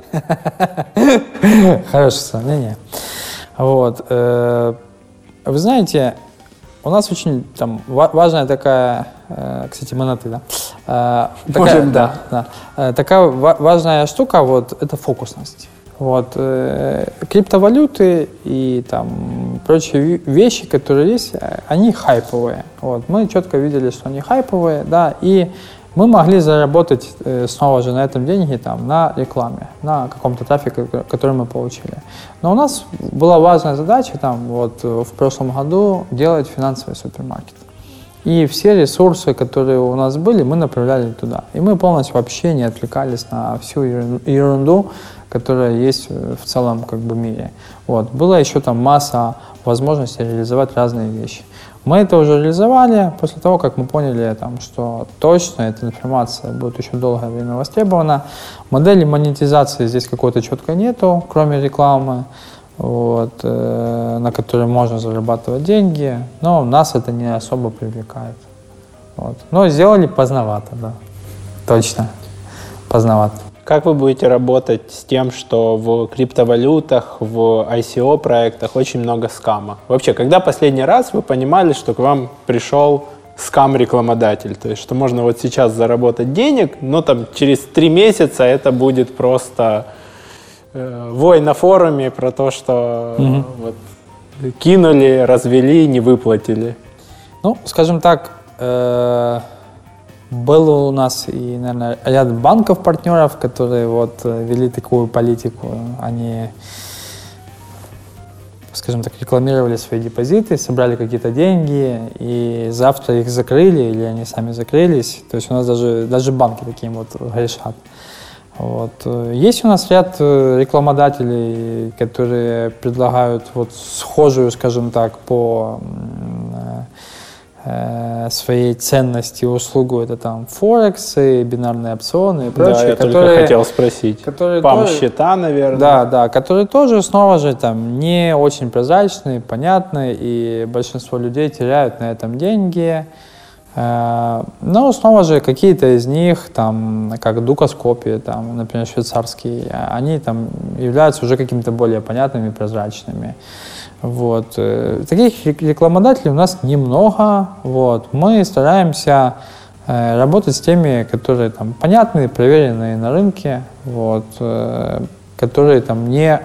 Хорошее сравнение. Вот. Вы знаете, у нас очень там важная такая, кстати, мы на «ты», да? Можем, да. Такая важная штука, вот, это фокусность. Вот, криптовалюты и там прочие вещи, которые есть, они хайповые. Вот, мы четко видели, что они хайповые, да, и мы могли заработать снова же на этом деньги там, на рекламе, на каком-то трафике, который мы получили. Но у нас была важная задача там, вот, в прошлом году делать финансовый супермаркет. И все ресурсы, которые у нас были, мы направляли туда. И мы полностью вообще не отвлекались на всю ерунду, которая есть в целом как бы мире. Вот. Была еще там масса возможностей реализовать разные вещи. Мы это уже реализовали после того, как мы поняли, там, что точно эта информация будет еще долгое время востребована. Модели монетизации здесь какой-то четко нету, кроме рекламы, вот, на которой можно зарабатывать деньги, но нас это не особо привлекает. Вот. Но сделали поздновато, да, точно, поздновато. Как вы будете работать с тем, что в криптовалютах, в ICO-проектах очень много скама? Вообще, когда последний раз вы понимали, что к вам пришел скам-рекламодатель? То есть, что можно вот сейчас заработать денег, но там через 3 месяца это будет просто вой на форуме про то, что вот, кинули, развели, не выплатили. Ну, скажем так, был у нас и, наверное, ряд банков-партнеров, которые вот вели такую политику. Они, скажем так, рекламировали свои депозиты, собрали какие-то деньги, и завтра их закрыли, или они сами закрылись. То есть у нас даже банки таким вот грешат. Вот. Есть у нас ряд рекламодателей, которые предлагают вот схожую, скажем так, по своей ценности услугу, это там Форексы, бинарные опционы и прочее. Да, я только хотел спросить. ПАМ-счета, наверное. Да, которые тоже, снова же, там, не очень прозрачные, понятные, и большинство людей теряют на этом деньги. Но снова же какие-то из них, там, как Дукаскопия, там, например, швейцарские, они там являются уже какими-то более понятными, прозрачными. Вот. Таких рекламодателей у нас немного. Вот. Мы стараемся работать с теми, которые там, понятные, проверенные на рынке, вот, которые там, не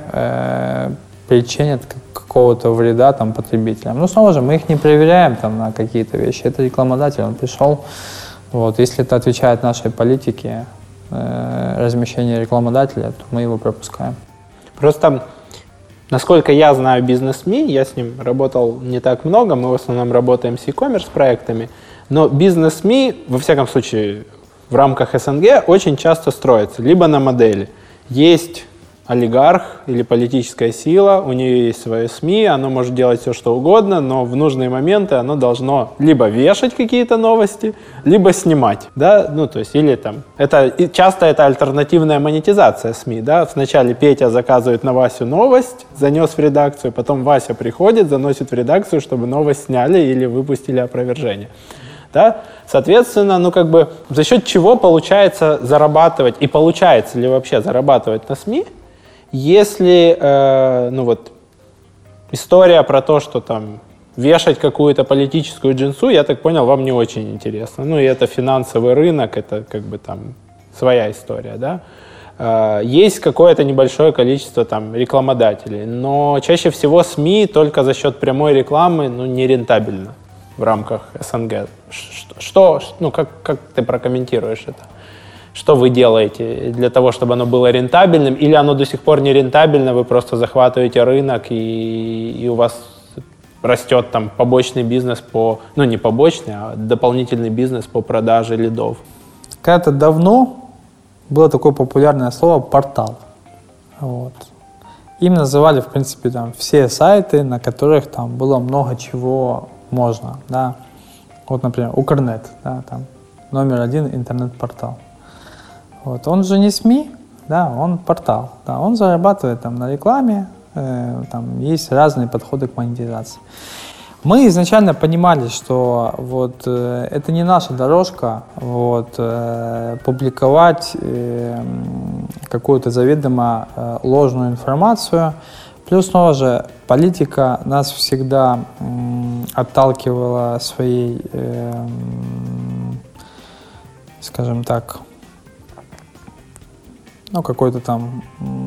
причинят какого-то вреда там, потребителям. Но снова же мы их не проверяем там, на какие-то вещи. Это рекламодатель, он пришел. Вот. Если это отвечает нашей политике размещения рекламодателя, то мы его пропускаем. Просто, насколько я знаю бизнес.ми, я с ним работал не так много, мы в основном работаем с e-commerce проектами, но бизнес.ми, во всяком случае, в рамках СНГ очень часто строится либо на модели. Есть олигарх или политическая сила, у нее есть свое СМИ, оно может делать все, что угодно, но в нужные моменты оно должно либо вешать какие-то новости, либо снимать, да, ну, то есть, или там, часто это альтернативная монетизация СМИ, да, вначале Петя заказывает на Васю новость, занес в редакцию, потом Вася приходит, заносит в редакцию, чтобы новость сняли или выпустили опровержение. Да? Соответственно, ну как бы за счет чего получается зарабатывать и получается ли вообще зарабатывать на СМИ, если ну вот история про то, что там вешать какую-то политическую джинсу, я так понял, вам не очень интересно. Ну и это финансовый рынок, это как бы там своя история, да. Есть какое-то небольшое количество там рекламодателей, но чаще всего СМИ только за счет прямой рекламы, ну, не рентабельно в рамках СНГ. Ну, как ты прокомментируешь это? Что вы делаете для того, чтобы оно было рентабельным? Или оно до сих пор не рентабельно, вы просто захватываете рынок и у вас растет там побочный бизнес по... Ну, не побочный, а дополнительный бизнес по продаже лидов? Когда-то давно было такое популярное слово «портал». Вот. Им называли, в принципе, там, все сайты, на которых там было много чего можно, да. Вот, например, Укрнет, да, там, номер 1 интернет-портал. Вот. Он же не СМИ, да, он портал, да, он зарабатывает там на рекламе, там есть разные подходы к монетизации. Мы изначально понимали, что вот это не наша дорожка, вот, публиковать какую-то заведомо ложную информацию. Плюс, снова же, политика нас всегда отталкивала своей, скажем так, ну, какой-то там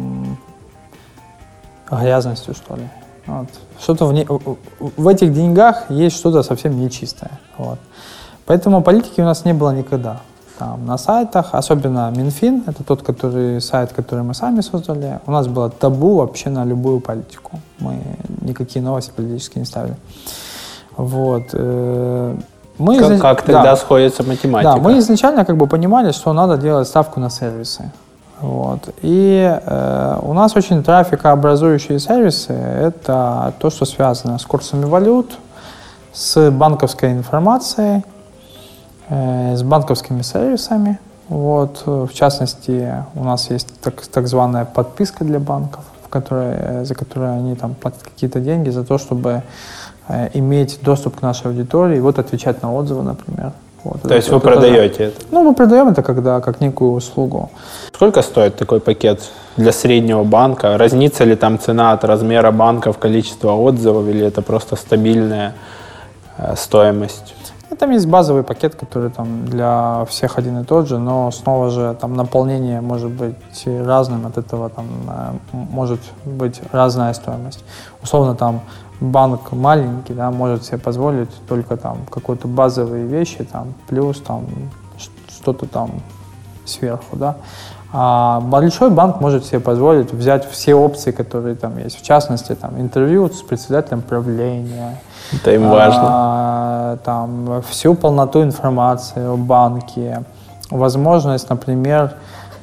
грязностью, что ли. Вот. Что-то в этих деньгах есть что-то совсем нечистое. Вот. Поэтому политики у нас не было никогда. Там, на сайтах, особенно Минфин, это тот сайт, который мы сами создали, у нас было табу вообще на любую политику. Мы никакие новости политические не ставили. Вот. Как тогда сходится математика? Да, мы изначально как бы понимали, что надо делать ставку на сервисы. Вот. И у нас очень трафикообразующие сервисы – это то, что связано с курсами валют, с банковской информацией, с банковскими сервисами. Вот. В частности, у нас есть так званая подписка для банков, за которую они там платят какие-то деньги за то, чтобы иметь доступ к нашей аудитории, вот отвечать на отзывы, например. Вот, то есть вы продаете это? Ну, мы продаем это как некую услугу. Сколько стоит такой пакет для среднего банка? Разнится ли там цена от размера банков, количества отзывов, или это просто стабильная стоимость? Там есть базовый пакет, который там для всех один и тот же, но снова же там наполнение может быть разным, от этого там может быть разная стоимость. Условно там банк маленький, да, может себе позволить только там какие-то базовые вещи, там, плюс там что-то там сверху, да. А большой банк может себе позволить взять все опции, которые там есть. В частности, там, интервью с председателем правления. Это им важно. Там, всю полноту информации о банке. Возможность, например,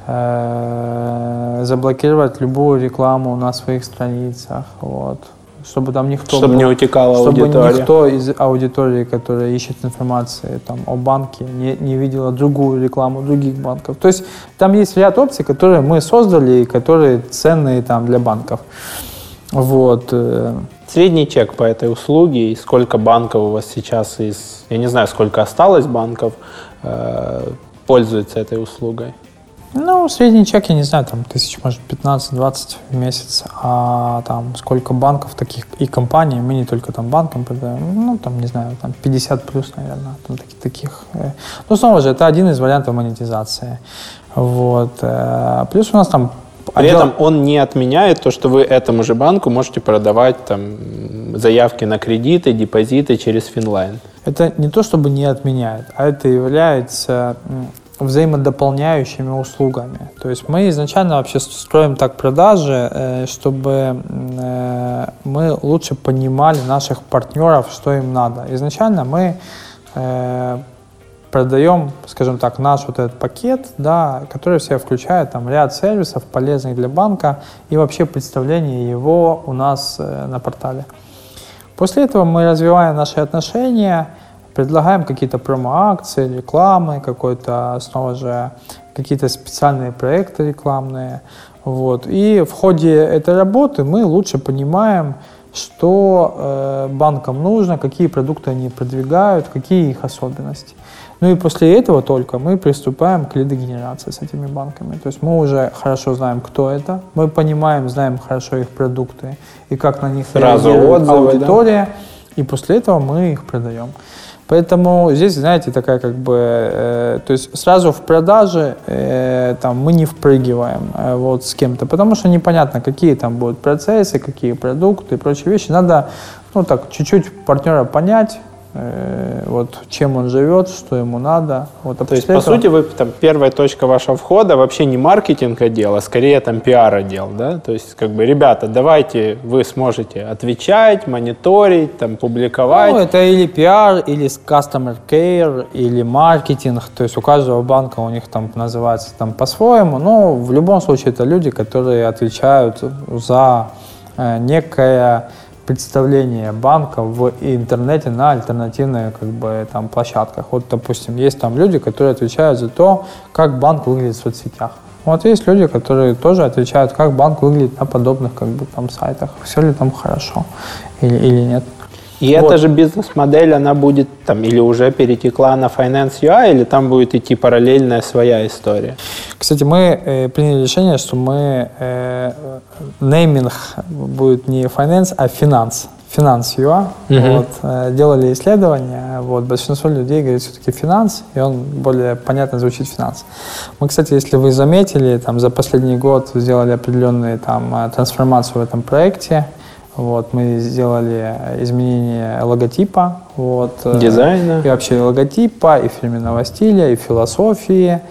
заблокировать любую рекламу на своих страницах. Вот. Чтобы там чтобы не утекала аудитория. Чтобы никто из аудитории, которая ищет информацию там, о банке, не видела другую рекламу других банков. То есть там есть ряд опций, которые мы создали и которые ценные там, для банков. Вот. Средний чек по этой услуге и сколько банков у вас сейчас я не знаю, сколько осталось банков, пользуются этой услугой? Ну, средний чек, я не знаю, там, тысяч, может, 15-20 в месяц, а там сколько банков таких и компаний, мы не только там банкам продаем, ну, там, не знаю, там 50 плюс, наверное, там таких. Ну, снова же, это один из вариантов монетизации, вот. Плюс у нас там... При этом он не отменяет то, что вы этому же банку можете продавать там заявки на кредиты, депозиты через Финлайн. Это не то, чтобы не отменяет, а это является взаимодополняющими услугами. То есть мы изначально вообще строим так продажи, чтобы мы лучше понимали наших партнеров, что им надо. Изначально мы продаем, скажем так, наш вот этот пакет, да, который в себя включает там ряд сервисов, полезных для банка, и вообще представление его у нас на портале. После этого мы развиваем наши отношения, предлагаем какие-то промо-акции, рекламы, снова же какие-то специальные проекты рекламные. Вот. И в ходе этой работы мы лучше понимаем, что банкам нужно, какие продукты они продвигают, какие их особенности. Ну и после этого только мы приступаем к лидогенерации с этими банками. То есть мы уже хорошо знаем, кто это, мы понимаем, знаем хорошо их продукты и как на них реагирует аудитория, да? И после этого мы их продаем. Поэтому здесь, знаете, такая как бы, то есть сразу в продаже там, мы не впрыгиваем вот с кем-то, потому что непонятно, какие там будут процессы, какие продукты и прочие вещи. Надо, ну так, чуть-чуть партнера понять, вот чем он живет, что ему надо. Вот, то есть, по сути, вы там первая точка вашего входа вообще не маркетинг отдел, а скорее там пиар отдел, да? То есть, как бы, ребята, давайте вы сможете отвечать, мониторить, там, публиковать. Ну, это или пиар, или customer care, или маркетинг. То есть у каждого банка у них там называется там по-своему. Но в любом случае это люди, которые отвечают за некое представление банка в интернете на альтернативных как бы, там, площадках. Вот, допустим, есть там люди, которые отвечают за то, как банк выглядит в соцсетях. Вот есть люди, которые тоже отвечают, как банк выглядит на подобных как бы там сайтах, все ли там хорошо или нет. И эта же бизнес-модель, она будет там или уже перетекла на Finance UI, или там будет идти параллельная своя история? Кстати, мы приняли решение, что мы нейминг будет не Finance, а Finance. Finance UI. Вот, делали исследования. Вот, большинство людей говорит все-таки финанс, и он более понятно звучит финанс. Мы, кстати, если вы заметили, там, за последний год сделали определенные там, трансформацию в этом проекте. Вот, мы сделали изменение логотипа, вот, дизайна. И вообще логотипа, и фирменного стиля, и философии.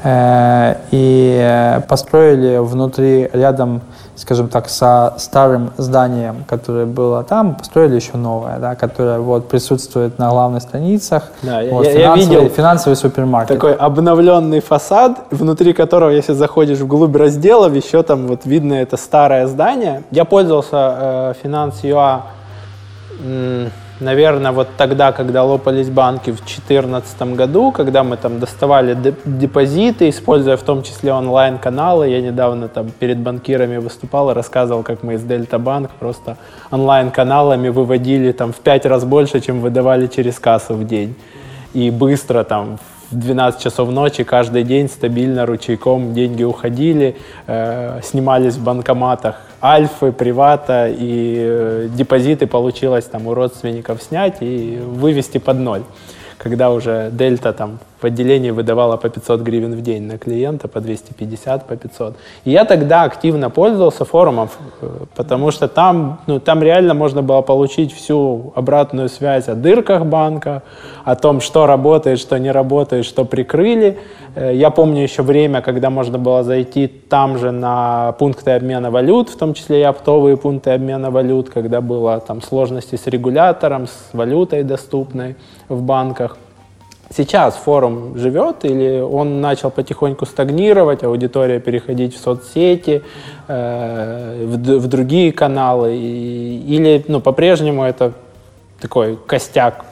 И построили внутри, рядом, скажем так, со старым зданием, которое было там, построили еще новое, да, которое вот присутствует на главных страницах. Да, вот, я видел финансовый супермаркет. Такой обновленный фасад, внутри которого, если заходишь вглубь разделов, еще там вот видно это старое здание. Я пользовался Finance.ua, наверное, вот тогда, когда лопались банки в 2014 году, когда мы там доставали депозиты, используя в том числе онлайн-каналы. Я недавно там перед банкирами выступал и рассказывал, как мы из Дельта Банк просто онлайн-каналами выводили там в 5 раз больше, чем выдавали через кассу в день. И быстро там в 12 часов ночи каждый день стабильно ручейком деньги уходили, снимались в банкоматах Альфы, Привата, и депозиты получилось там у родственников снять и вывести под ноль. Когда уже Дельта там в отделении выдавала по 500 гривен в день на клиента, по 250, по 500. И я тогда активно пользовался форумом, потому что там реально можно было получить всю обратную связь о дырках банка, о том, что работает, что не работает, что прикрыли. Я помню еще время, когда можно было зайти там же на пункты обмена валют, в том числе и оптовые пункты обмена валют, когда было там сложности с регулятором, с валютой доступной в банках. Сейчас форум живет или он начал потихоньку стагнировать, аудитория переходить в соцсети, в другие каналы, или по-прежнему это такой костяк?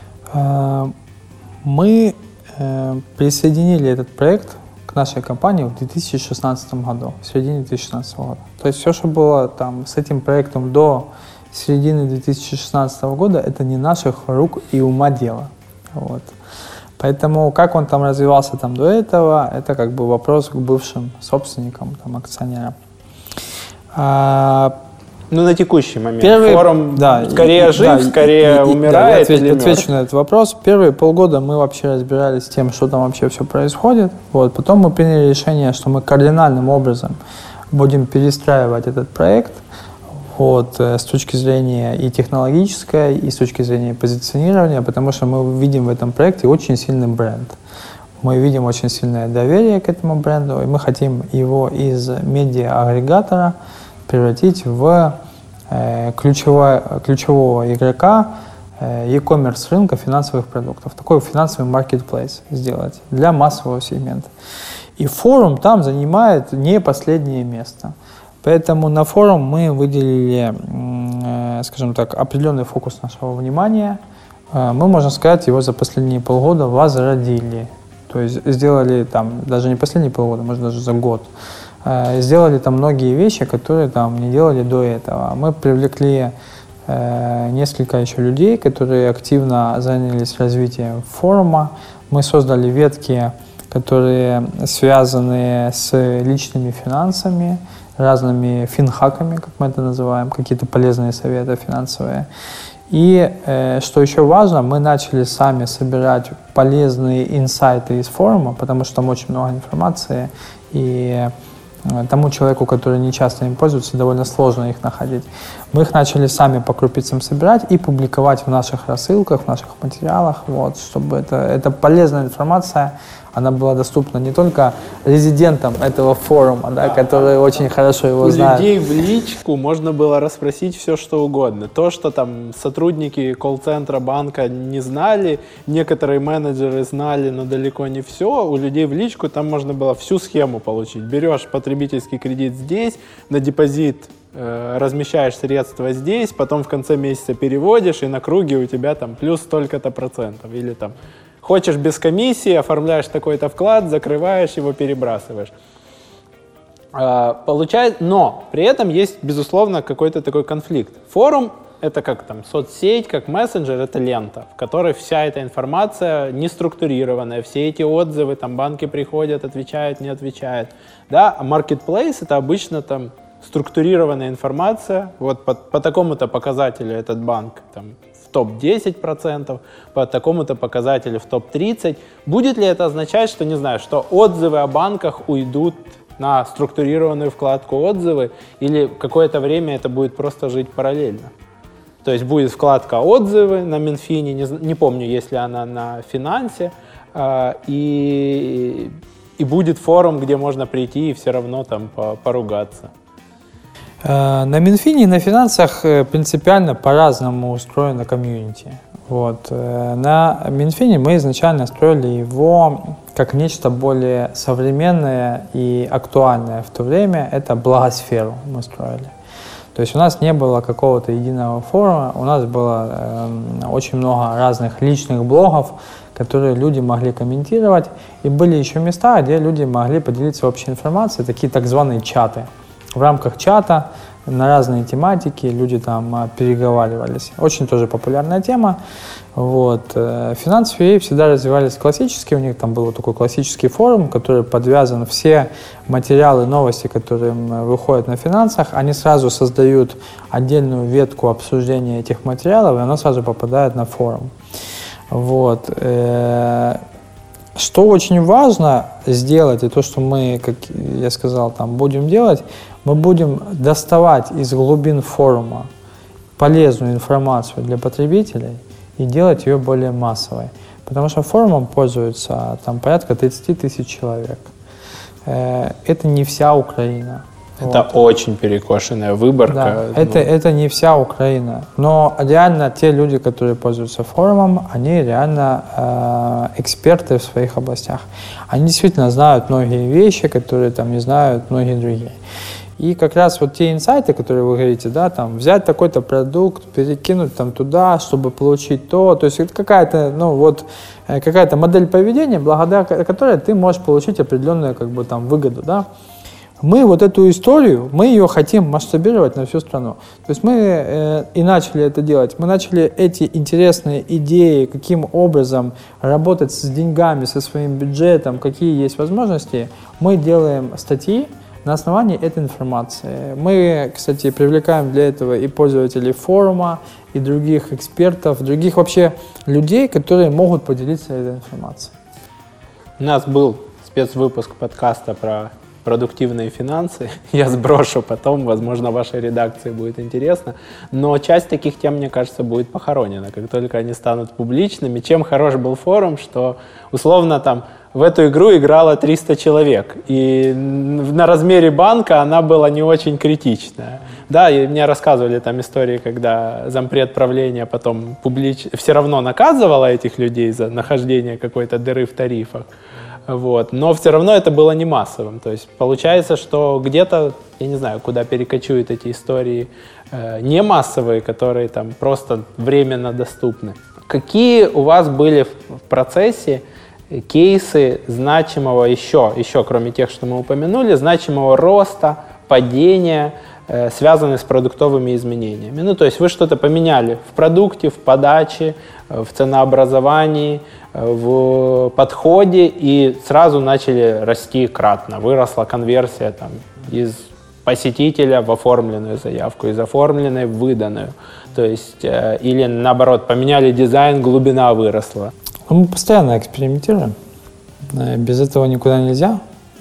Мы присоединили этот проект к нашей компании в 2016 году, в середине 2016 года. То есть все, что было там с этим проектом до середины 2016 года, это не наших рук и ума дело. Вот. Поэтому как он там развивался там до этого, это как бы вопрос к бывшим собственникам, там, акционерам. На текущий момент форум скорее жив, скорее умирает или мертв? Отвечу на этот вопрос. Первые полгода мы вообще разбирались с тем, что там вообще все происходит. Вот. Потом мы приняли решение, что мы кардинальным образом будем перестраивать этот проект. Вот, с точки зрения и технологической, и с точки зрения позиционирования, потому что мы видим в этом проекте очень сильный бренд. Мы видим очень сильное доверие к этому бренду, и мы хотим его из медиа-агрегатора превратить в ключевого игрока e-commerce рынка финансовых продуктов. Такой финансовый marketplace сделать для массового сегмента. И форум там занимает не последнее место. Поэтому на форум мы выделили, скажем так, определенный фокус нашего внимания. Мы, можно сказать, его за последние полгода возродили. То есть сделали там, даже не последние полгода, может даже за год, сделали там многие вещи, которые там не делали до этого. Мы привлекли несколько еще людей, которые активно занялись развитием форума. Мы создали ветки, которые связаны с личными финансами, разными финхаками, как мы это называем, какие-то полезные советы финансовые. И, что еще важно, мы начали сами собирать полезные инсайты из форума, потому что там очень много информации, и тому человеку, который не часто им пользуется, довольно сложно их находить. Мы их начали сами по крупицам собирать и публиковать в наших рассылках, в наших материалах, вот, чтобы эта полезная информация, она была доступна не только резидентам этого форума, да, которые очень хорошо его знают. У людей в личку можно было расспросить все, что угодно. То, что там сотрудники колл-центра банка не знали, некоторые менеджеры знали, но далеко не все. У людей в личку там можно было всю схему получить. Берешь потребительский кредит здесь, на депозит размещаешь средства здесь, потом в конце месяца переводишь, и на круге у тебя там плюс столько-то процентов. Или там хочешь без комиссии, оформляешь такой-то вклад, закрываешь его, перебрасываешь. Но при этом есть, безусловно, какой-то такой конфликт. Форум — это как там соцсеть, как мессенджер, это лента, в которой вся эта информация не структурированная, все эти отзывы, там банки приходят, отвечают, не отвечают. Да? А marketplace — это обычно там структурированная информация, вот по такому-то показателю этот банк там в топ-10%, по такому-то показателю в топ-30%. Будет ли это означать, что, не знаю, что отзывы о банках уйдут на структурированную вкладку отзывы, или какое-то время это будет просто жить параллельно? То есть будет вкладка отзывы на Минфине, не помню, есть ли она на Финансе, и будет форум, где можно прийти и все равно там поругаться. На Минфине и на финансах принципиально по-разному устроено комьюнити. Вот. На Минфине мы изначально строили его как нечто более современное и актуальное в то время. Это благосферу мы строили. То есть у нас не было какого-то единого форума, у нас было очень много разных личных блогов, которые люди могли комментировать. И были еще места, где люди могли поделиться общей информацией, такие так званые чаты. В рамках чата на разные тематики люди там переговаривались. Очень тоже популярная тема. Вот. Финансовые всегда развивались классически. У них там был такой классический форум, который подвязан все материалы, новости, которые выходят на финансах. Они сразу создают отдельную ветку обсуждения этих материалов, и оно сразу попадает на форум. Вот. Что очень важно сделать, и то, что мы, как я сказал, там будем делать, мы будем доставать из глубин форума полезную информацию для потребителей и делать ее более массовой. Потому что форумом пользуются там порядка 30 тысяч человек. Это не вся Украина. Это вот. Очень перекошенная выборка. Да, это не вся Украина. Но реально те люди, которые пользуются форумом, они реально эксперты в своих областях. Они действительно знают многие вещи, которые там не знают многие другие. И как раз вот те инсайты, которые вы говорите, да, там взять такой-то продукт, перекинуть там туда, чтобы получить то есть это какая-то, какая-то модель поведения, благодаря которой ты можешь получить определенную как бы там выгоду, да. Мы вот эту историю, мы ее хотим масштабировать на всю страну. То есть мы и начали это делать. Мы начали эти интересные идеи, каким образом работать с деньгами, со своим бюджетом, какие есть возможности. Мы делаем статьи на основании этой информации. Мы, кстати, привлекаем для этого и пользователей форума, и других экспертов, других вообще людей, которые могут поделиться этой информацией. У нас был спецвыпуск подкаста про продуктивные финансы. Я сброшу потом, возможно, вашей редакции будет интересно. Но часть таких тем, мне кажется, будет похоронена, как только они станут публичными. Чем хорош был форум, что условно там в эту игру играло 300 человек. И на размере банка она была не очень критичная. Да, и мне рассказывали там истории, когда зампред правления потом все равно наказывала этих людей за нахождение какой-то дыры в тарифах. Вот. Но все равно это было не массовым. То есть получается, что где-то, я не знаю, куда перекочуют эти истории не массовые, которые там просто временно доступны. Какие у вас были в процессе кейсы значимого еще кроме тех, что мы упомянули, значимого роста, падения, связанные с продуктовыми изменениями? Ну, то есть вы что-то поменяли в продукте, в подаче, в ценообразовании, в подходе, и сразу начали расти кратно. Выросла конверсия там, из посетителя в оформленную заявку, из оформленной в выданную. То есть, или наоборот, поменяли дизайн, глубина выросла. Мы постоянно экспериментируем. Без этого никуда нельзя.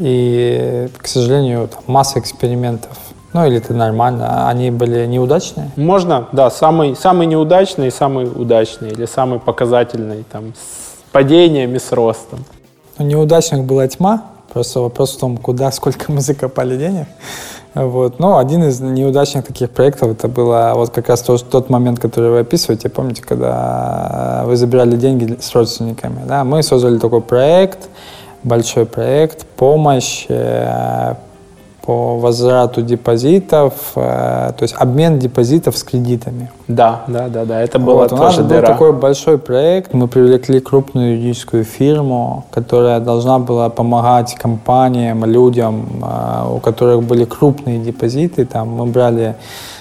И, к сожалению, там масса экспериментов. Ну, или это нормально. Они были неудачные? Можно, да. Самый неудачный и самый удачный. Или самый показательный там, с падением и с ростом. Неудачных была тьма. Просто вопрос в том, сколько мы закопали денег. Вот. Но один из неудачных таких проектов, это было вот как раз тот момент, который вы описываете. Помните, когда вы забирали деньги с родственниками? Да? Мы создали такой проект, большой проект, помощь по возврату депозитов, то есть обмен депозитов с кредитами. Да, это было тоже у нас был дыра. такой большой проект. Мы привлекли крупную юридическую фирму, которая должна была помогать компаниям, людям, у которых были крупные депозиты. Там мы брали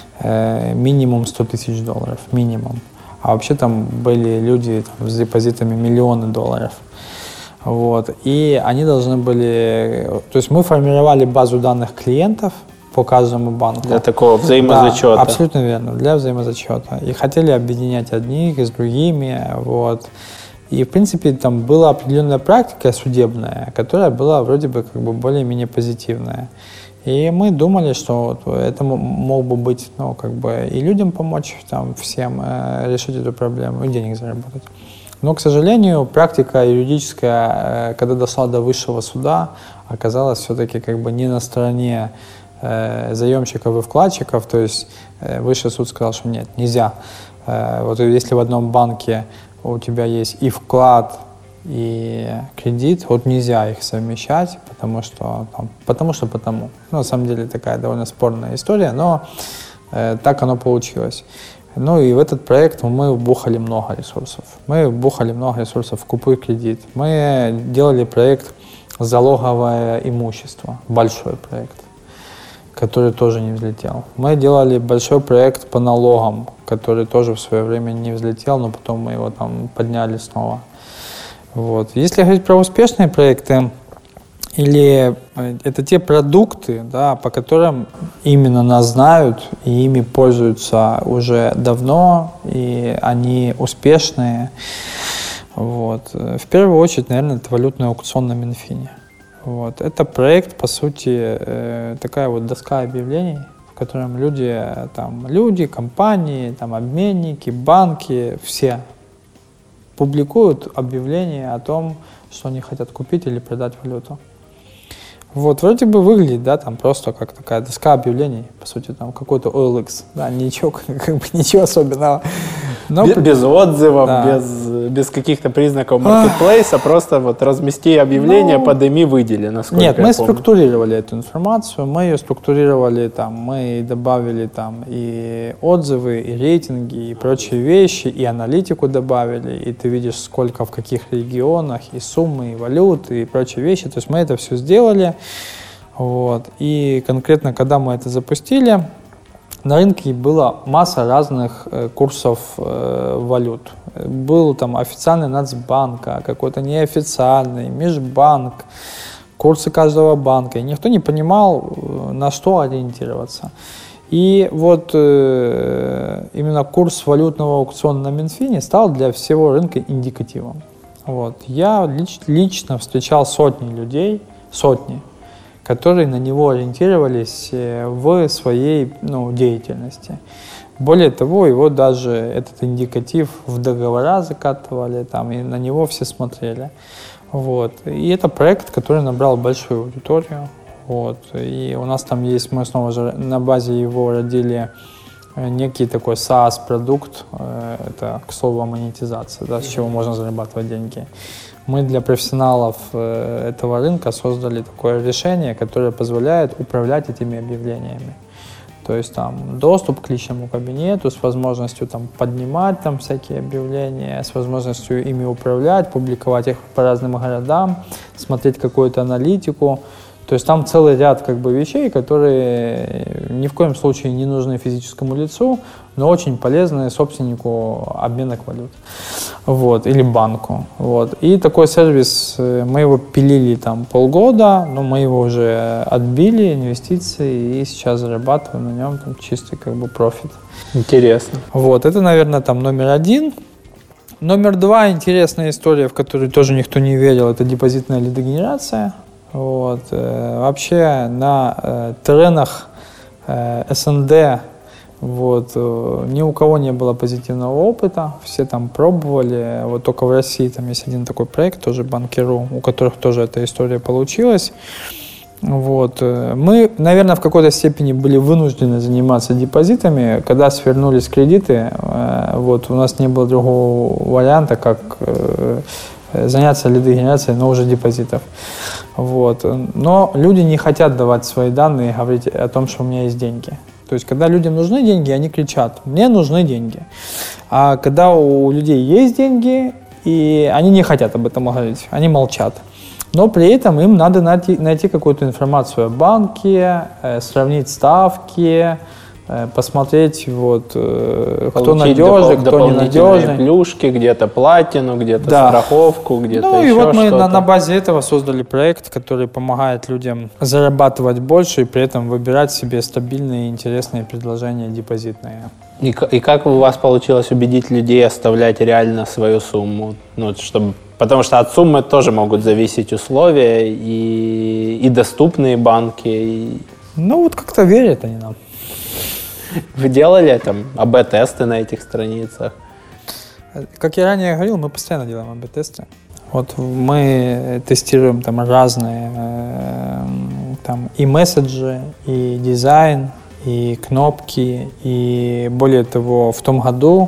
минимум $100 тысяч, минимум. А вообще там были люди там, с депозитами миллионы $. Вот. И они должны были... То есть мы формировали базу данных клиентов по каждому банку. Для такого взаимозачета. Да, абсолютно верно, для взаимозачета. И хотели объединять одних с другими. Вот. И, в принципе, там была определенная практика судебная, которая была вроде бы как бы более-менее позитивная. И мы думали, что это мог бы быть, ну, как бы и людям помочь, там, всем решить эту проблему, и денег заработать. Но, к сожалению, практика юридическая, когда дошла до высшего суда, оказалась все-таки как бы не на стороне заемщиков и вкладчиков. То есть высший суд сказал, что нет, нельзя. Вот если в одном банке у тебя есть и вклад, и кредит, вот нельзя их совмещать, потому что. Ну, на самом деле такая довольно спорная история, но так оно получилось. Ну и в этот проект мы вбухали много ресурсов. Мы вбухали много ресурсов в «Купуй кредит». Мы делали проект «Залоговое имущество», большой проект, который тоже не взлетел. Мы делали большой проект по налогам, который тоже в свое время не взлетел, но потом мы его там подняли снова. Вот. Если говорить про успешные проекты, или это те продукты, да, по которым именно нас знают и ими пользуются уже давно, и они успешные. Вот. В первую очередь, наверное, это валютный аукцион на Минфине. Вот. Это проект, по сути, такая вот доска объявлений, в котором люди, компании, там, обменники, банки, все публикуют объявления о том, что они хотят купить или продать валюту. Вот, вроде бы выглядит, да, там просто как такая доска объявлений, по сути, там какой-то OLX, да, ничего особенного. Но, без отзывов, да. без каких-то признаков маркетплейса, просто вот размести объявление, подыми, выдели, насколько Нет, я мы помню. структурировали эту информацию, мы ее структурировали, там, мы добавили там и отзывы, и рейтинги, и прочие вещи, и аналитику добавили, и ты видишь, сколько в каких регионах, и суммы, и валюты, и прочие вещи. То есть мы это все сделали. Вот. И конкретно, когда мы это запустили, на рынке была масса разных курсов валют. Был там официальный Нацбанка, какой-то неофициальный, межбанк, курсы каждого банка. И никто не понимал, на что ориентироваться. И вот именно курс валютного аукциона на Минфине стал для всего рынка индикативом. Вот. Я лично встречал сотни людей, которые на него ориентировались в своей деятельности. Более того, его даже этот индикатив в договора закатывали, там, и на него все смотрели. Вот. И это проект, который набрал большую аудиторию. Вот. И у нас там есть, мы снова же на базе его родили некий такой SaaS-продукт, это, к слову, монетизация, да, с чего можно зарабатывать деньги. Мы для профессионалов этого рынка создали такое решение, которое позволяет управлять этими объявлениями. То есть там доступ к личному кабинету с возможностью там поднимать там всякие объявления, с возможностью ими управлять, публиковать их по разным городам, смотреть какую-то аналитику. То есть там целый ряд вещей, которые ни в коем случае не нужны физическому лицу, но очень полезны собственнику обменных валют, вот, или банку. Вот. И такой сервис, мы его пилили там полгода, но мы его уже отбили, инвестиции, и сейчас зарабатываем на нем там чистый профит. Интересно. Вот, это, наверное, там номер один. Номер два, интересная история, в которую тоже никто не верил, это депозитная лидогенерация. Вот. Вообще на теренах СНД ни у кого не было позитивного опыта, все там пробовали, вот только в России там есть один такой проект, тоже Банкиру, у которых тоже эта история получилась. Вот. Мы, наверное, в какой-то степени были вынуждены заниматься депозитами, когда свернулись кредиты, вот, у нас не было другого варианта, как заняться лидогенерацией, но уже депозитов. Вот. Но люди не хотят давать свои данные и говорить о том, что у меня есть деньги. То есть, когда людям нужны деньги, они кричат: «Мне нужны деньги». А когда у людей есть деньги, и они не хотят об этом говорить, они молчат. Но при этом им надо найти какую-то информацию о банке, сравнить ставки, посмотреть, вот, кто надежный, кто ненадежный. Плюшки, где-то платину, где-то страховку, где-то еще что-то. Ну и вот мы на базе этого создали проект, который помогает людям зарабатывать больше и при этом выбирать себе стабильные и интересные предложения депозитные. И как у вас получилось убедить людей оставлять реально свою сумму? Ну, потому что от суммы тоже могут зависеть условия и доступные банки. Ну вот как-то верят они нам. Вы делали там АБ-тесты на этих страницах? Как я ранее говорил, мы постоянно делаем АБ-тесты. Вот мы тестируем там разные там и месседжи, и дизайн, и кнопки, и более того, в том году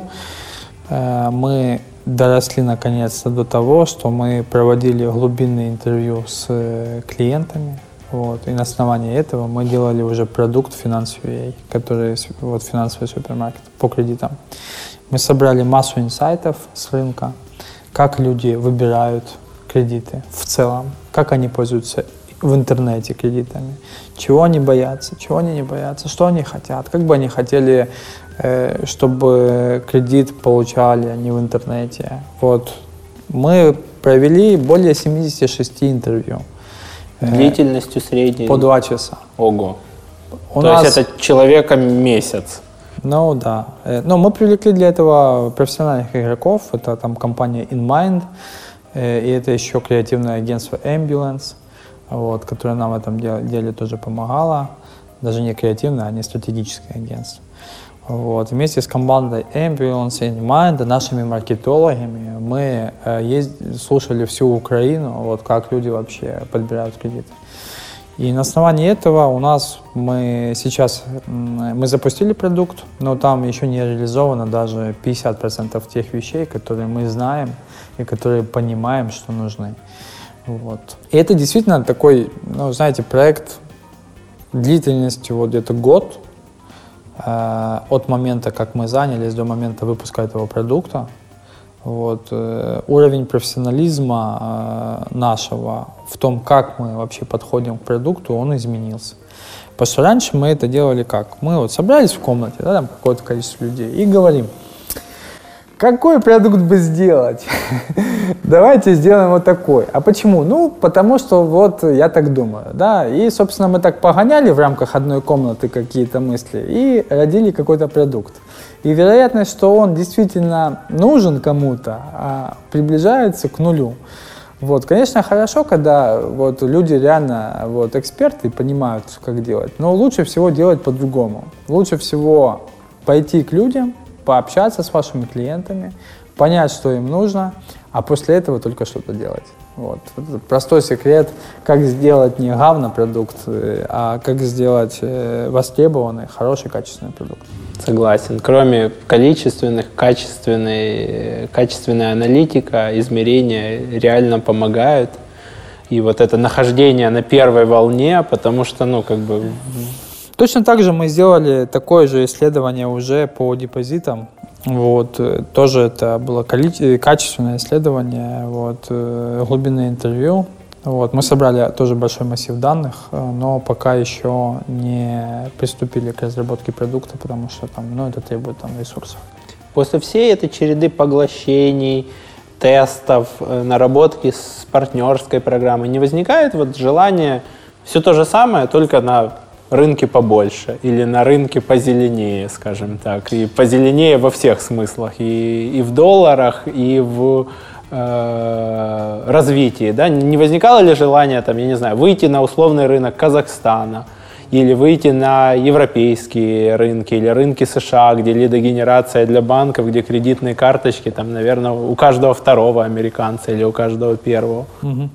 мы доросли наконец-то до того, что мы проводили глубинные интервью с клиентами. Вот. И на основании этого мы делали уже продукт Finance.ua, который вот финансовый супермаркет по кредитам. Мы собрали массу инсайтов с рынка, как люди выбирают кредиты в целом, как они пользуются в интернете кредитами, чего они боятся, чего они не боятся, что они хотят, как бы они хотели, чтобы кредит получали они в интернете. Вот. Мы провели более 76 интервью. Длительностью средней? По 2 часа. Ого. Есть это человека месяц? Ну да. Но мы привлекли для этого профессиональных игроков. Это там компания InMind, и это еще креативное агентство Ambulance, вот, которое нам в этом деле тоже помогало. Даже не креативное, а не стратегическое агентство. Вот. Вместе с командой Ambulance и InMind, нашими маркетологами, мы слушали всю Украину, вот, как люди вообще подбирают кредиты. И на основании этого мы запустили продукт, но там еще не реализовано даже 50% тех вещей, которые мы знаем и которые понимаем, что нужны. Вот. И это действительно такой, проект длительностью вот где-то год, от момента, как мы занялись, до момента выпуска этого продукта. Вот. Уровень профессионализма нашего в том, как мы вообще подходим к продукту, он изменился. Потому что раньше мы это делали как? Мы вот собрались в комнате, там какое-то количество людей, и говорим: какой продукт бы сделать? Давайте сделаем вот такой. А почему? Ну, потому что вот я так думаю, да. И, собственно, мы так погоняли в рамках одной комнаты какие-то мысли и родили какой-то продукт. И вероятность, что он действительно нужен кому-то, приближается к нулю. Вот, конечно, хорошо, когда вот люди реально вот эксперты понимают, как делать. Но лучше всего делать по-другому. Лучше всего пойти к людям, пообщаться с вашими клиентами, понять, что им нужно, а после этого только что-то делать. Вот. Это простой секрет, как сделать не говно-продукт, а как сделать востребованный, хороший, качественный продукт. Согласен. Кроме количественных, качественная аналитика, измерения реально помогают. И вот это нахождение на первой волне, потому что, Точно так же мы сделали такое же исследование уже по депозитам. Вот, тоже это было качественное исследование, вот, глубинное интервью. Вот, мы собрали тоже большой массив данных, но пока еще не приступили к разработке продукта, потому что это требует ресурсов. После всей этой череды поглощений, тестов, наработки с партнерской программой не возникает желание все то же самое, только на рынке побольше или на рынке позеленее, скажем так, и позеленее во всех смыслах, и в долларах, и в развитии, да? Не возникало ли желание, выйти на условный рынок Казахстана или выйти на европейские рынки или рынки США, где лидогенерация для банков, где кредитные карточки, наверное, у каждого второго американца или у каждого первого? Угу.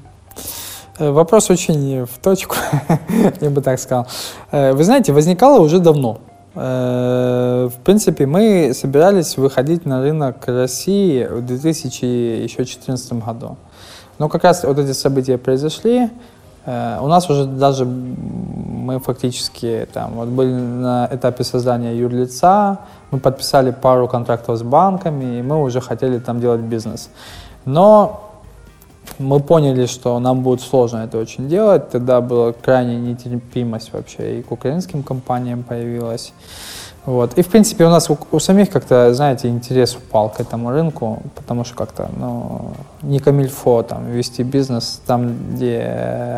Вопрос очень в точку, я бы так сказал. Вы знаете, возникало уже давно. В принципе, мы собирались выходить на рынок России в 2014 году. Но как раз вот эти события произошли. У нас уже даже мы фактически там, вот были на этапе создания юрлица, мы подписали пару контрактов с банками, и мы уже хотели там делать бизнес. Но мы поняли, что нам будет сложно это очень делать. Тогда была крайняя нетерпимость вообще и к украинским компаниям появилась. Вот. И, в принципе, у нас у самих как-то, знаете, интерес упал к этому рынку, потому что как-то, не камильфо там вести бизнес там, где,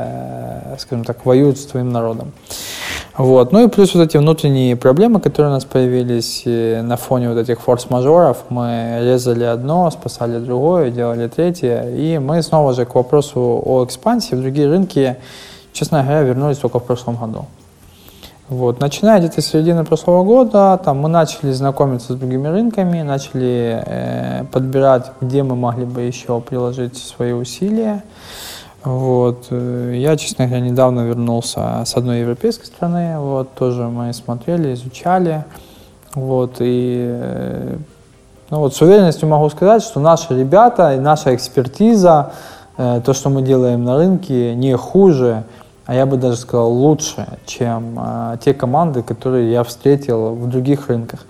скажем так, воюют с твоим народом. Вот. Ну и плюс вот эти внутренние проблемы, которые у нас появились на фоне вот этих форс-мажоров. Мы резали одно, спасали другое, делали третье. И мы снова же к вопросу о экспансии в другие рынки, честно говоря, вернулись только в прошлом году. Вот. Начиная где-то с середины прошлого года, там, мы начали знакомиться с другими рынками, начали подбирать, где мы могли бы еще приложить свои усилия. Вот. Я, честно говоря, недавно вернулся с одной европейской страны, вот, тоже мы смотрели, изучали. Вот. И вот, с уверенностью могу сказать, что наши ребята и наша экспертиза, то, что мы делаем на рынке, не хуже, а я бы даже сказал лучше, чем те команды, которые я встретил в других рынках.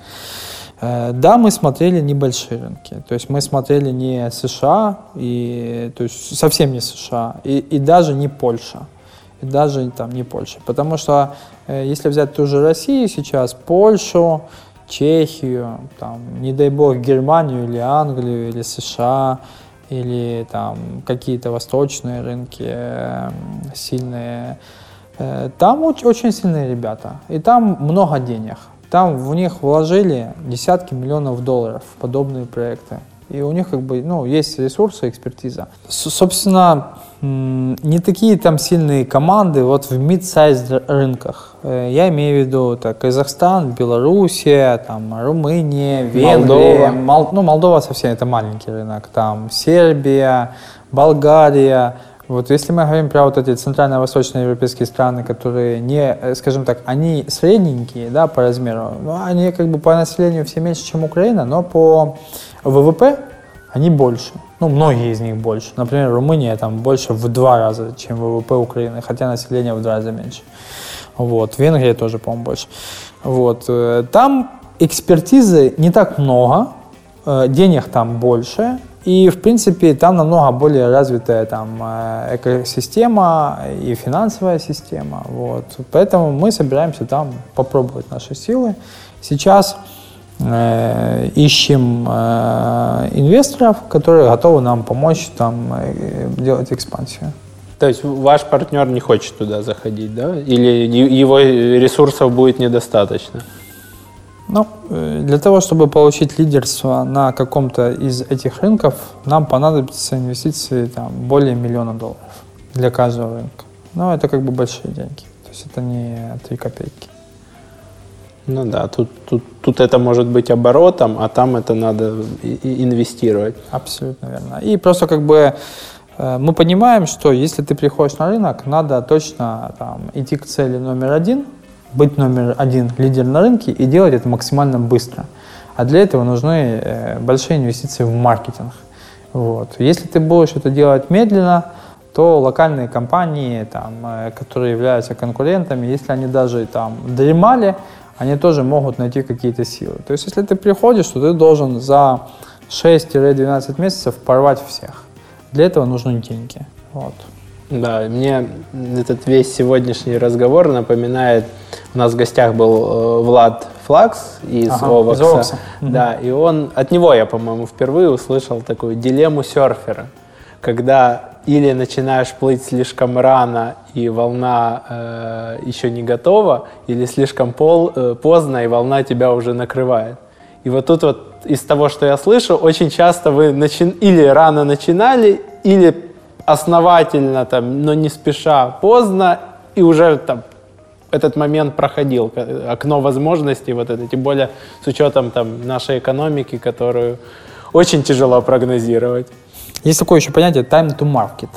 Да, мы смотрели небольшие рынки, то есть мы смотрели не США, то есть совсем не США, и даже не Польша, и даже там не Польша, потому что если взять ту же Россию сейчас, Польшу, Чехию, там, не дай бог Германию или Англию или США, или там какие-то восточные рынки сильные, там очень сильные ребята, и там много денег. Там в них вложили десятки миллионов долларов в подобные проекты. И у них как бы, есть ресурсы, экспертиза. Собственно, не такие там сильные команды вот в mid-sized рынках. Я имею в виду Казахстан, Белоруссия, там, Румыния, Венгрия. Молдова совсем это маленький рынок. Там Сербия, Болгария. Вот если мы говорим про вот эти центрально-восточные европейские страны, которые не, скажем так, они средненькие, да, по размеру, они как бы по населению все меньше, чем Украина, но по ВВП они больше. Многие из них больше. Например, Румыния там больше в 2 раза, чем ВВП Украины, хотя население в 2 раза меньше. Вот. Венгрия тоже, по-моему, больше. Вот. Там экспертизы не так много, денег там больше, и, в принципе, там намного более развитая там, экосистема и финансовая система. Вот. Поэтому мы собираемся там попробовать наши силы. Сейчас ищем инвесторов, которые готовы нам помочь там, делать экспансию. То есть ваш партнер не хочет туда заходить, да? Или его ресурсов будет недостаточно? Для того, чтобы получить лидерство на каком-то из этих рынков, нам понадобятся инвестиции там, более $1 миллиона для каждого рынка. Это как бы большие деньги. То есть это не 3 копейки. Да, тут это может быть оборотом, а там это надо инвестировать. Абсолютно верно. И просто как бы мы понимаем, что если ты приходишь на рынок, надо точно там, идти к цели номер 1, быть номер 1 лидер на рынке и делать это максимально быстро. А для этого нужны большие инвестиции в маркетинг. Вот. Если ты будешь это делать медленно, то локальные компании, там, которые являются конкурентами, если они даже там дремали, они тоже могут найти какие-то силы. То есть если ты приходишь, то ты должен за 6-12 месяцев порвать всех. Для этого нужны деньги. Вот. Да, мне этот весь сегодняшний разговор напоминает, у нас в гостях был Влад Флакс из Овокса. Да, и от него я, по-моему, впервые услышал такую дилемму серфера, когда или начинаешь плыть слишком рано и волна еще не готова, или слишком поздно и волна тебя уже накрывает. И вот тут вот из того, что я слышу, очень часто вы или рано начинали, или основательно, там, но не спеша, поздно, и уже там, этот момент проходил, окно возможностей, вот это, тем более с учетом там, нашей экономики, которую очень тяжело прогнозировать. Есть такое еще понятие time to market.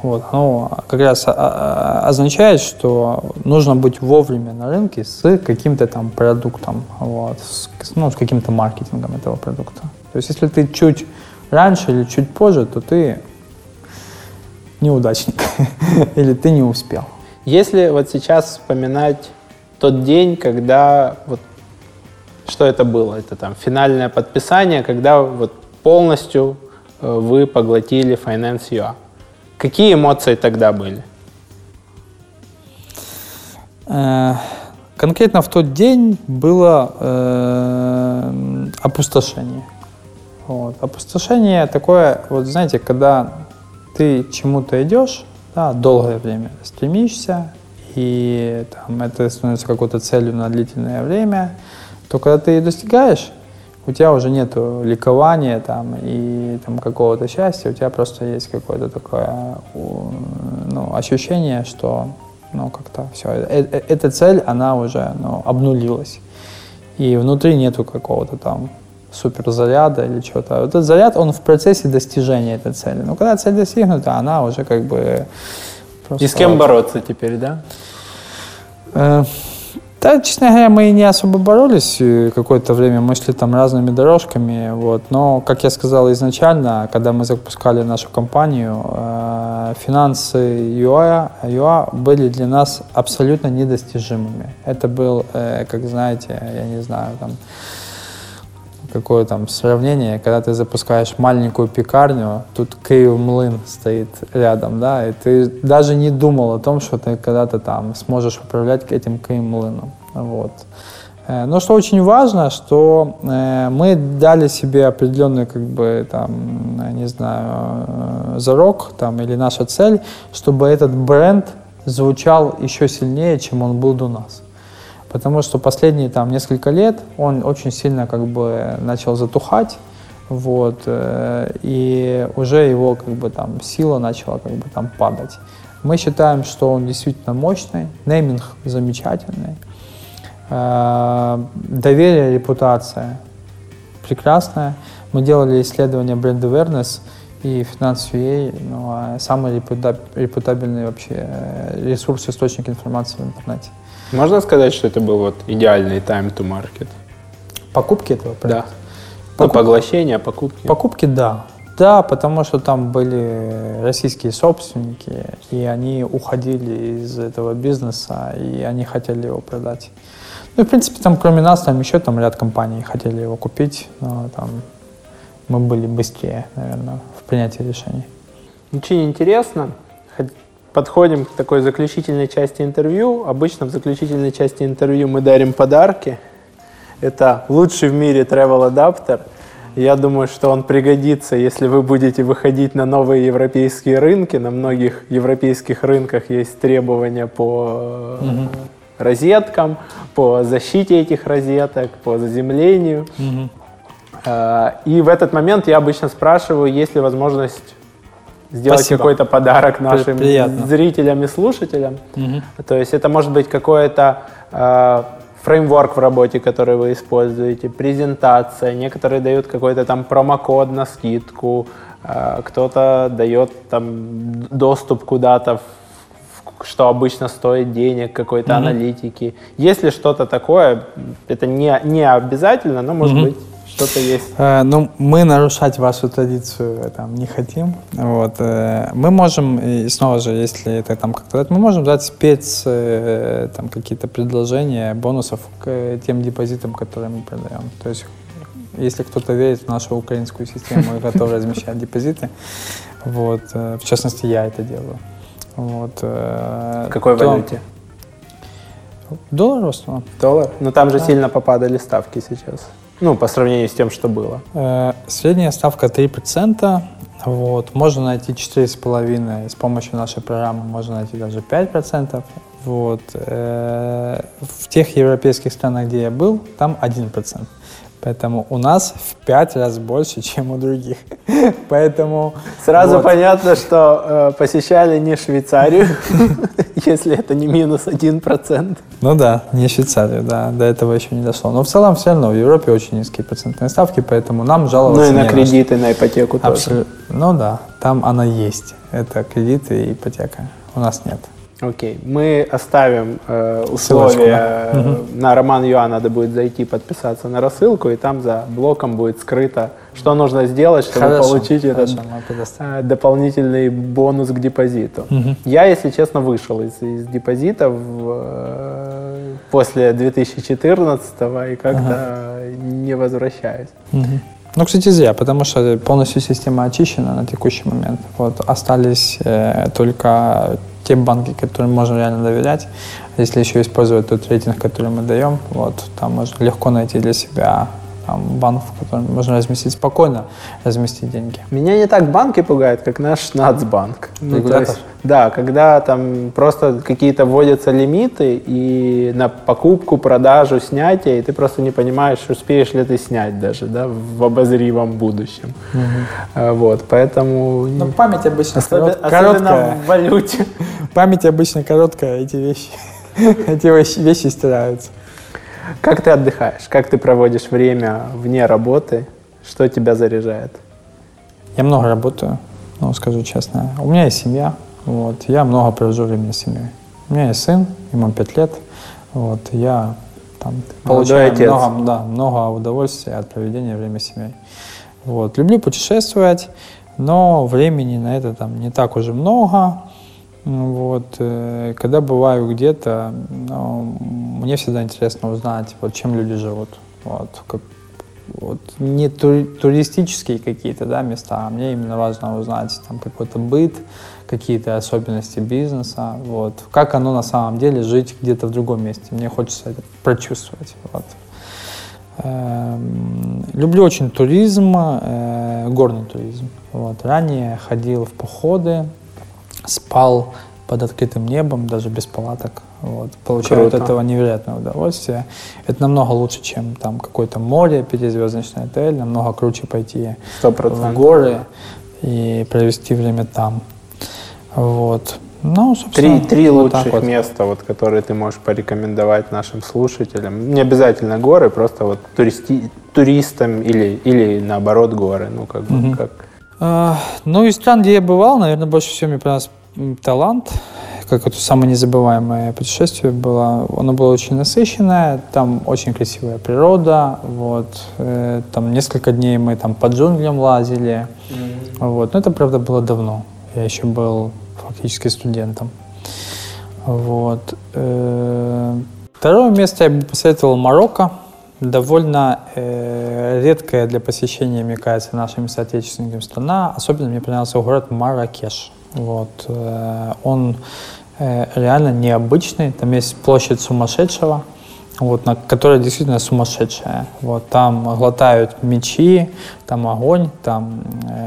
Вот, оно как раз означает, что нужно быть вовремя на рынке с каким-то там продуктом, вот, с каким-то маркетингом этого продукта. То есть если ты чуть раньше или чуть позже, то ты неудачник или ты не успел. Если вот сейчас вспоминать тот день, когда вот что это было? Это там финальное подписание, когда вот полностью вы поглотили Finance.ua. Какие эмоции тогда были? Конкретно в тот день было опустошение. Вот. Опустошение такое, вот знаете, когда ты к чему-то идешь, да, долгое время стремишься, и там, это становится какой-то целью на длительное время, то когда ты ее достигаешь, у тебя уже нет ликования там, и там, какого-то счастья, у тебя просто есть какое-то такое ощущение, что как-то все, эта цель, она уже обнулилась. И внутри нету какого-то там суперзаряда или чего-то. Этот заряд, он в процессе достижения этой цели. Но когда цель достигнута, она уже как бы... И с кем бороться теперь, да? Да, честно говоря, мы и не особо боролись. Какое-то время мы шли там разными дорожками. Вот. Но, как я сказал изначально, когда мы запускали нашу компанию, финансы UA были для нас абсолютно недостижимыми. Это был, как знаете, я не знаю, там, какое там сравнение, когда ты запускаешь маленькую пекарню, тут Киев-млын стоит рядом, да, и ты даже не думал о том, что ты когда-то там сможешь управлять этим Киев-млыном, вот. Но что очень важно, что мы дали себе определенный, как бы, там, не знаю, зарок, там, или наша цель, чтобы этот бренд звучал еще сильнее, чем он был до нас. Потому что последние там несколько лет он очень сильно как бы начал затухать, вот, и уже его как бы там сила начала как бы там падать. Мы считаем, что он действительно мощный, нейминг замечательный, доверие, репутация прекрасная. Мы делали исследование Brand Awareness и Finance.ua, самый репутабельный вообще ресурс, источник информации в интернете. Можно сказать, что это был вот идеальный time to market? Покупки этого проекта? Да. Поглощение, покупки. Покупки, да. Да, потому что там были российские собственники, и они уходили из этого бизнеса, и они хотели его продать. Ну, и, в принципе, там, кроме нас, там еще там ряд компаний хотели его купить, но там мы были быстрее, наверное, в принятии решений. Очень интересно. Подходим к такой заключительной части интервью. Обычно в заключительной части интервью мы дарим подарки. Это лучший в мире travel адаптер. Я думаю, что он пригодится, если вы будете выходить на новые европейские рынки. На многих европейских рынках есть требования по розеткам, по защите этих розеток, по заземлению. И в этот момент я обычно спрашиваю, есть ли возможность сделать какой-то подарок нашим зрителям и слушателям. То есть это может быть какой-то фреймворк в работе, который вы используете, презентация, некоторые дают какой-то там промокод на скидку, кто-то дает там доступ куда-то, что обычно стоит денег, какой-то аналитики. Если что-то такое, это не обязательно, но может быть что-то есть. Ну, мы нарушать вашу традицию там не хотим. Вот. Мы можем, и снова же, если это там как-то, мы можем дать там какие-то предложения, бонусов к тем депозитам, которые мы продаем. То есть, если кто-то верит в нашу украинскую систему и готов размещать депозиты, вот, в частности, я это делаю. Вот, в какой валюте? Доллар в основном. Доллар? Но там же сильно попадали ставки сейчас. Ну, по сравнению с тем, что было. Средняя ставка 3%. Вот. Можно найти 4,5%. С помощью нашей программы можно найти даже 5%. Вот. В тех европейских странах, где я был, там 1%. Поэтому у нас в 5 раз больше, чем у других. Поэтому... Сразу понятно, что посещали не Швейцарию, если это не минус 1%. Ну да, не Швейцарию, да, до этого еще не дошло. Но в целом все равно в Европе очень низкие процентные ставки, поэтому нам жаловаться Ну и на не кредиты, на ипотеку тоже. Абсолютно. Ну да, там она есть. Это кредиты и ипотека. У нас нет. Окей, мы оставим условия. На Роман.ua надо будет зайти, подписаться на рассылку, и там за блоком будет скрыто, что нужно сделать, чтобы получить этот дополнительный бонус к депозиту. Я, если честно, вышел из депозита после 2014-го и как-то не возвращаюсь. Ну, кстати, зря, потому что полностью система очищена на текущий момент. Вот, остались только те банки, которым можно реально доверять. Если еще использовать тот рейтинг, который мы даем, вот, там можно легко найти для себя банк, в котором можно разместить спокойно, разместить деньги. Меня не так банки пугают, как наш Нацбанк. Ну, то есть, да, когда там просто какие-то вводятся лимиты и на покупку, продажу, снятие, и ты просто не понимаешь, успеешь ли ты снять даже, да, в обозримом будущем. Вот, поэтому... Но память обычно короткая. Особенно в валюте. Память обычно короткая, эти вещи стираются. Как ты отдыхаешь? Как ты проводишь время вне работы? Что тебя заряжает? Я много работаю, скажу честно. У меня есть семья, вот, я много провожу времени с семьей. У меня есть сын, ему 5 лет, вот, я там получаю много удовольствия от проведения времени с семьей. Вот, люблю путешествовать, но времени на это там не так уже много. Вот, когда бываю где-то, мне всегда интересно узнать, вот, чем люди живут. Вот, не туристические какие-то, да, места, а мне именно важно узнать там какой-то быт, какие-то особенности бизнеса, вот, как оно на самом деле жить где-то в другом месте. Мне хочется это прочувствовать. Вот. Люблю очень туризм, горный туризм. Вот. Ранее ходил в походы, спал под открытым небом, даже без палаток. Вот. Получаю от этого невероятное удовольствие. Это намного лучше, чем там какое-то море, 5-звездочный отель. Намного круче пойти 100%. в горы и провести время там. Вот. Ну, собственно, Три лучших места, вот, которые ты можешь порекомендовать нашим слушателям. Не обязательно горы, просто вот туристам или наоборот горы. Ну, как бы, как... Ну, из стран, где я бывал, наверное, больше всего мне понравился Таиланд. Как это самое незабываемое путешествие было. Оно было очень насыщенное, там очень красивая природа. Вот. Там несколько дней мы там по джунглям лазили. Вот. Но это, правда, было давно. Я еще был фактически студентом. Вот. Второе место я бы посоветовал Марокко. Довольно редкая для посещения, мне кажется, нашими соотечественниками страна. Особенно мне понравился город Марракеш. Вот. Он реально необычный. Там есть площадь сумасшедшего, вот, которая действительно сумасшедшая. Вот. Там глотают мечи, там огонь, там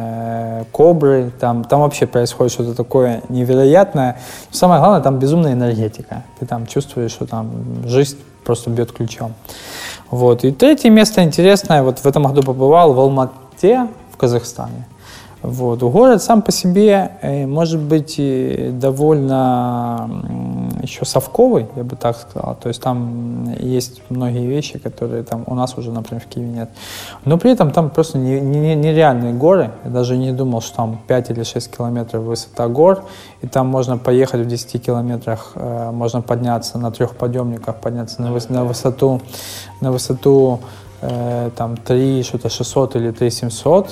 кобры, там вообще происходит что-то такое невероятное. Самое главное, там безумная энергетика. Ты там чувствуешь, что там жизнь просто бьет ключом. Вот. И третье место интересное, вот в этом году побывал в Алмате в Казахстане. Вот. Город сам по себе может быть довольно еще совковый, я бы так сказал. То есть там есть многие вещи, которые там у нас уже, например, в Киеве нет. Но при этом там просто нереальные горы. Я даже не думал, что там 5 или 6 километров высота гор. И там можно поехать в 10 километрах, можно подняться на 3 подъемниках, подняться на высоту там 3, что-то 600 или 3700.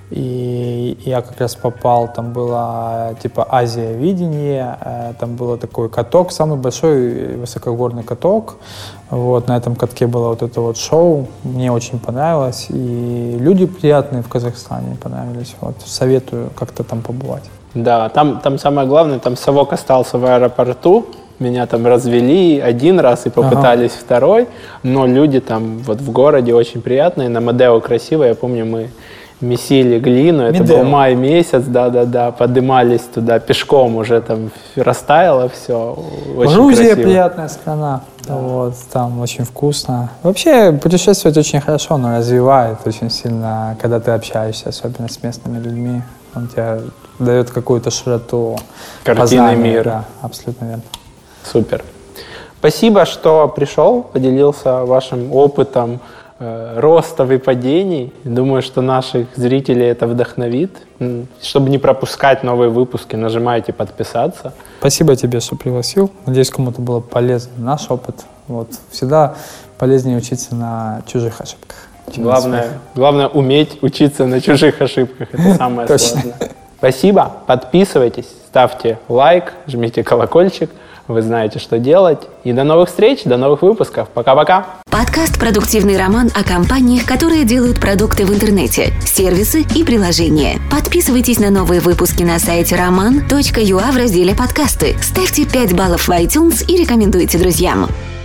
И я как раз попал, там было типа Азия видение, там был такой каток, самый большой высокогорный каток. Вот, на этом катке было вот это вот шоу, мне очень понравилось. И люди приятные в Казахстане понравились. Вот, советую как-то там побывать. Да, там самое главное, там совок остался в аэропорту. Меня там развели один раз и попытались второй. Но люди там вот в городе очень приятные, на Мадео красиво. Я помню, мы месили глину, это Медео. был май месяц, да, поднимались туда пешком, уже там растаяло все, очень Грузия красиво. приятная страна, вот, там очень вкусно. Вообще путешествовать очень хорошо, но развивает очень сильно, когда ты общаешься, особенно с местными людьми. Он тебе дает какую-то широту Картины познания, мира. Да, абсолютно верно. Супер. Спасибо, что пришел, поделился вашим опытом ростов и падений. Думаю, что наших зрителей это вдохновит. Чтобы не пропускать новые выпуски, нажимайте подписаться. Спасибо тебе, что пригласил. Надеюсь, кому-то было полезен наш опыт. Вот. Всегда полезнее учиться на чужих ошибках. чем на своих. Главное уметь учиться на чужих ошибках. Это самое Точно. сложное. Спасибо. Подписывайтесь, ставьте лайк, жмите колокольчик. Вы знаете, что делать. И до новых встреч, до новых выпусков. Пока-пока. Подкаст «Продуктивный роман» о компаниях, которые делают продукты в интернете, сервисы и приложения. Подписывайтесь на новые выпуски на сайте roman.ua в разделе «Подкасты». Ставьте 5 баллов в iTunes и рекомендуйте друзьям.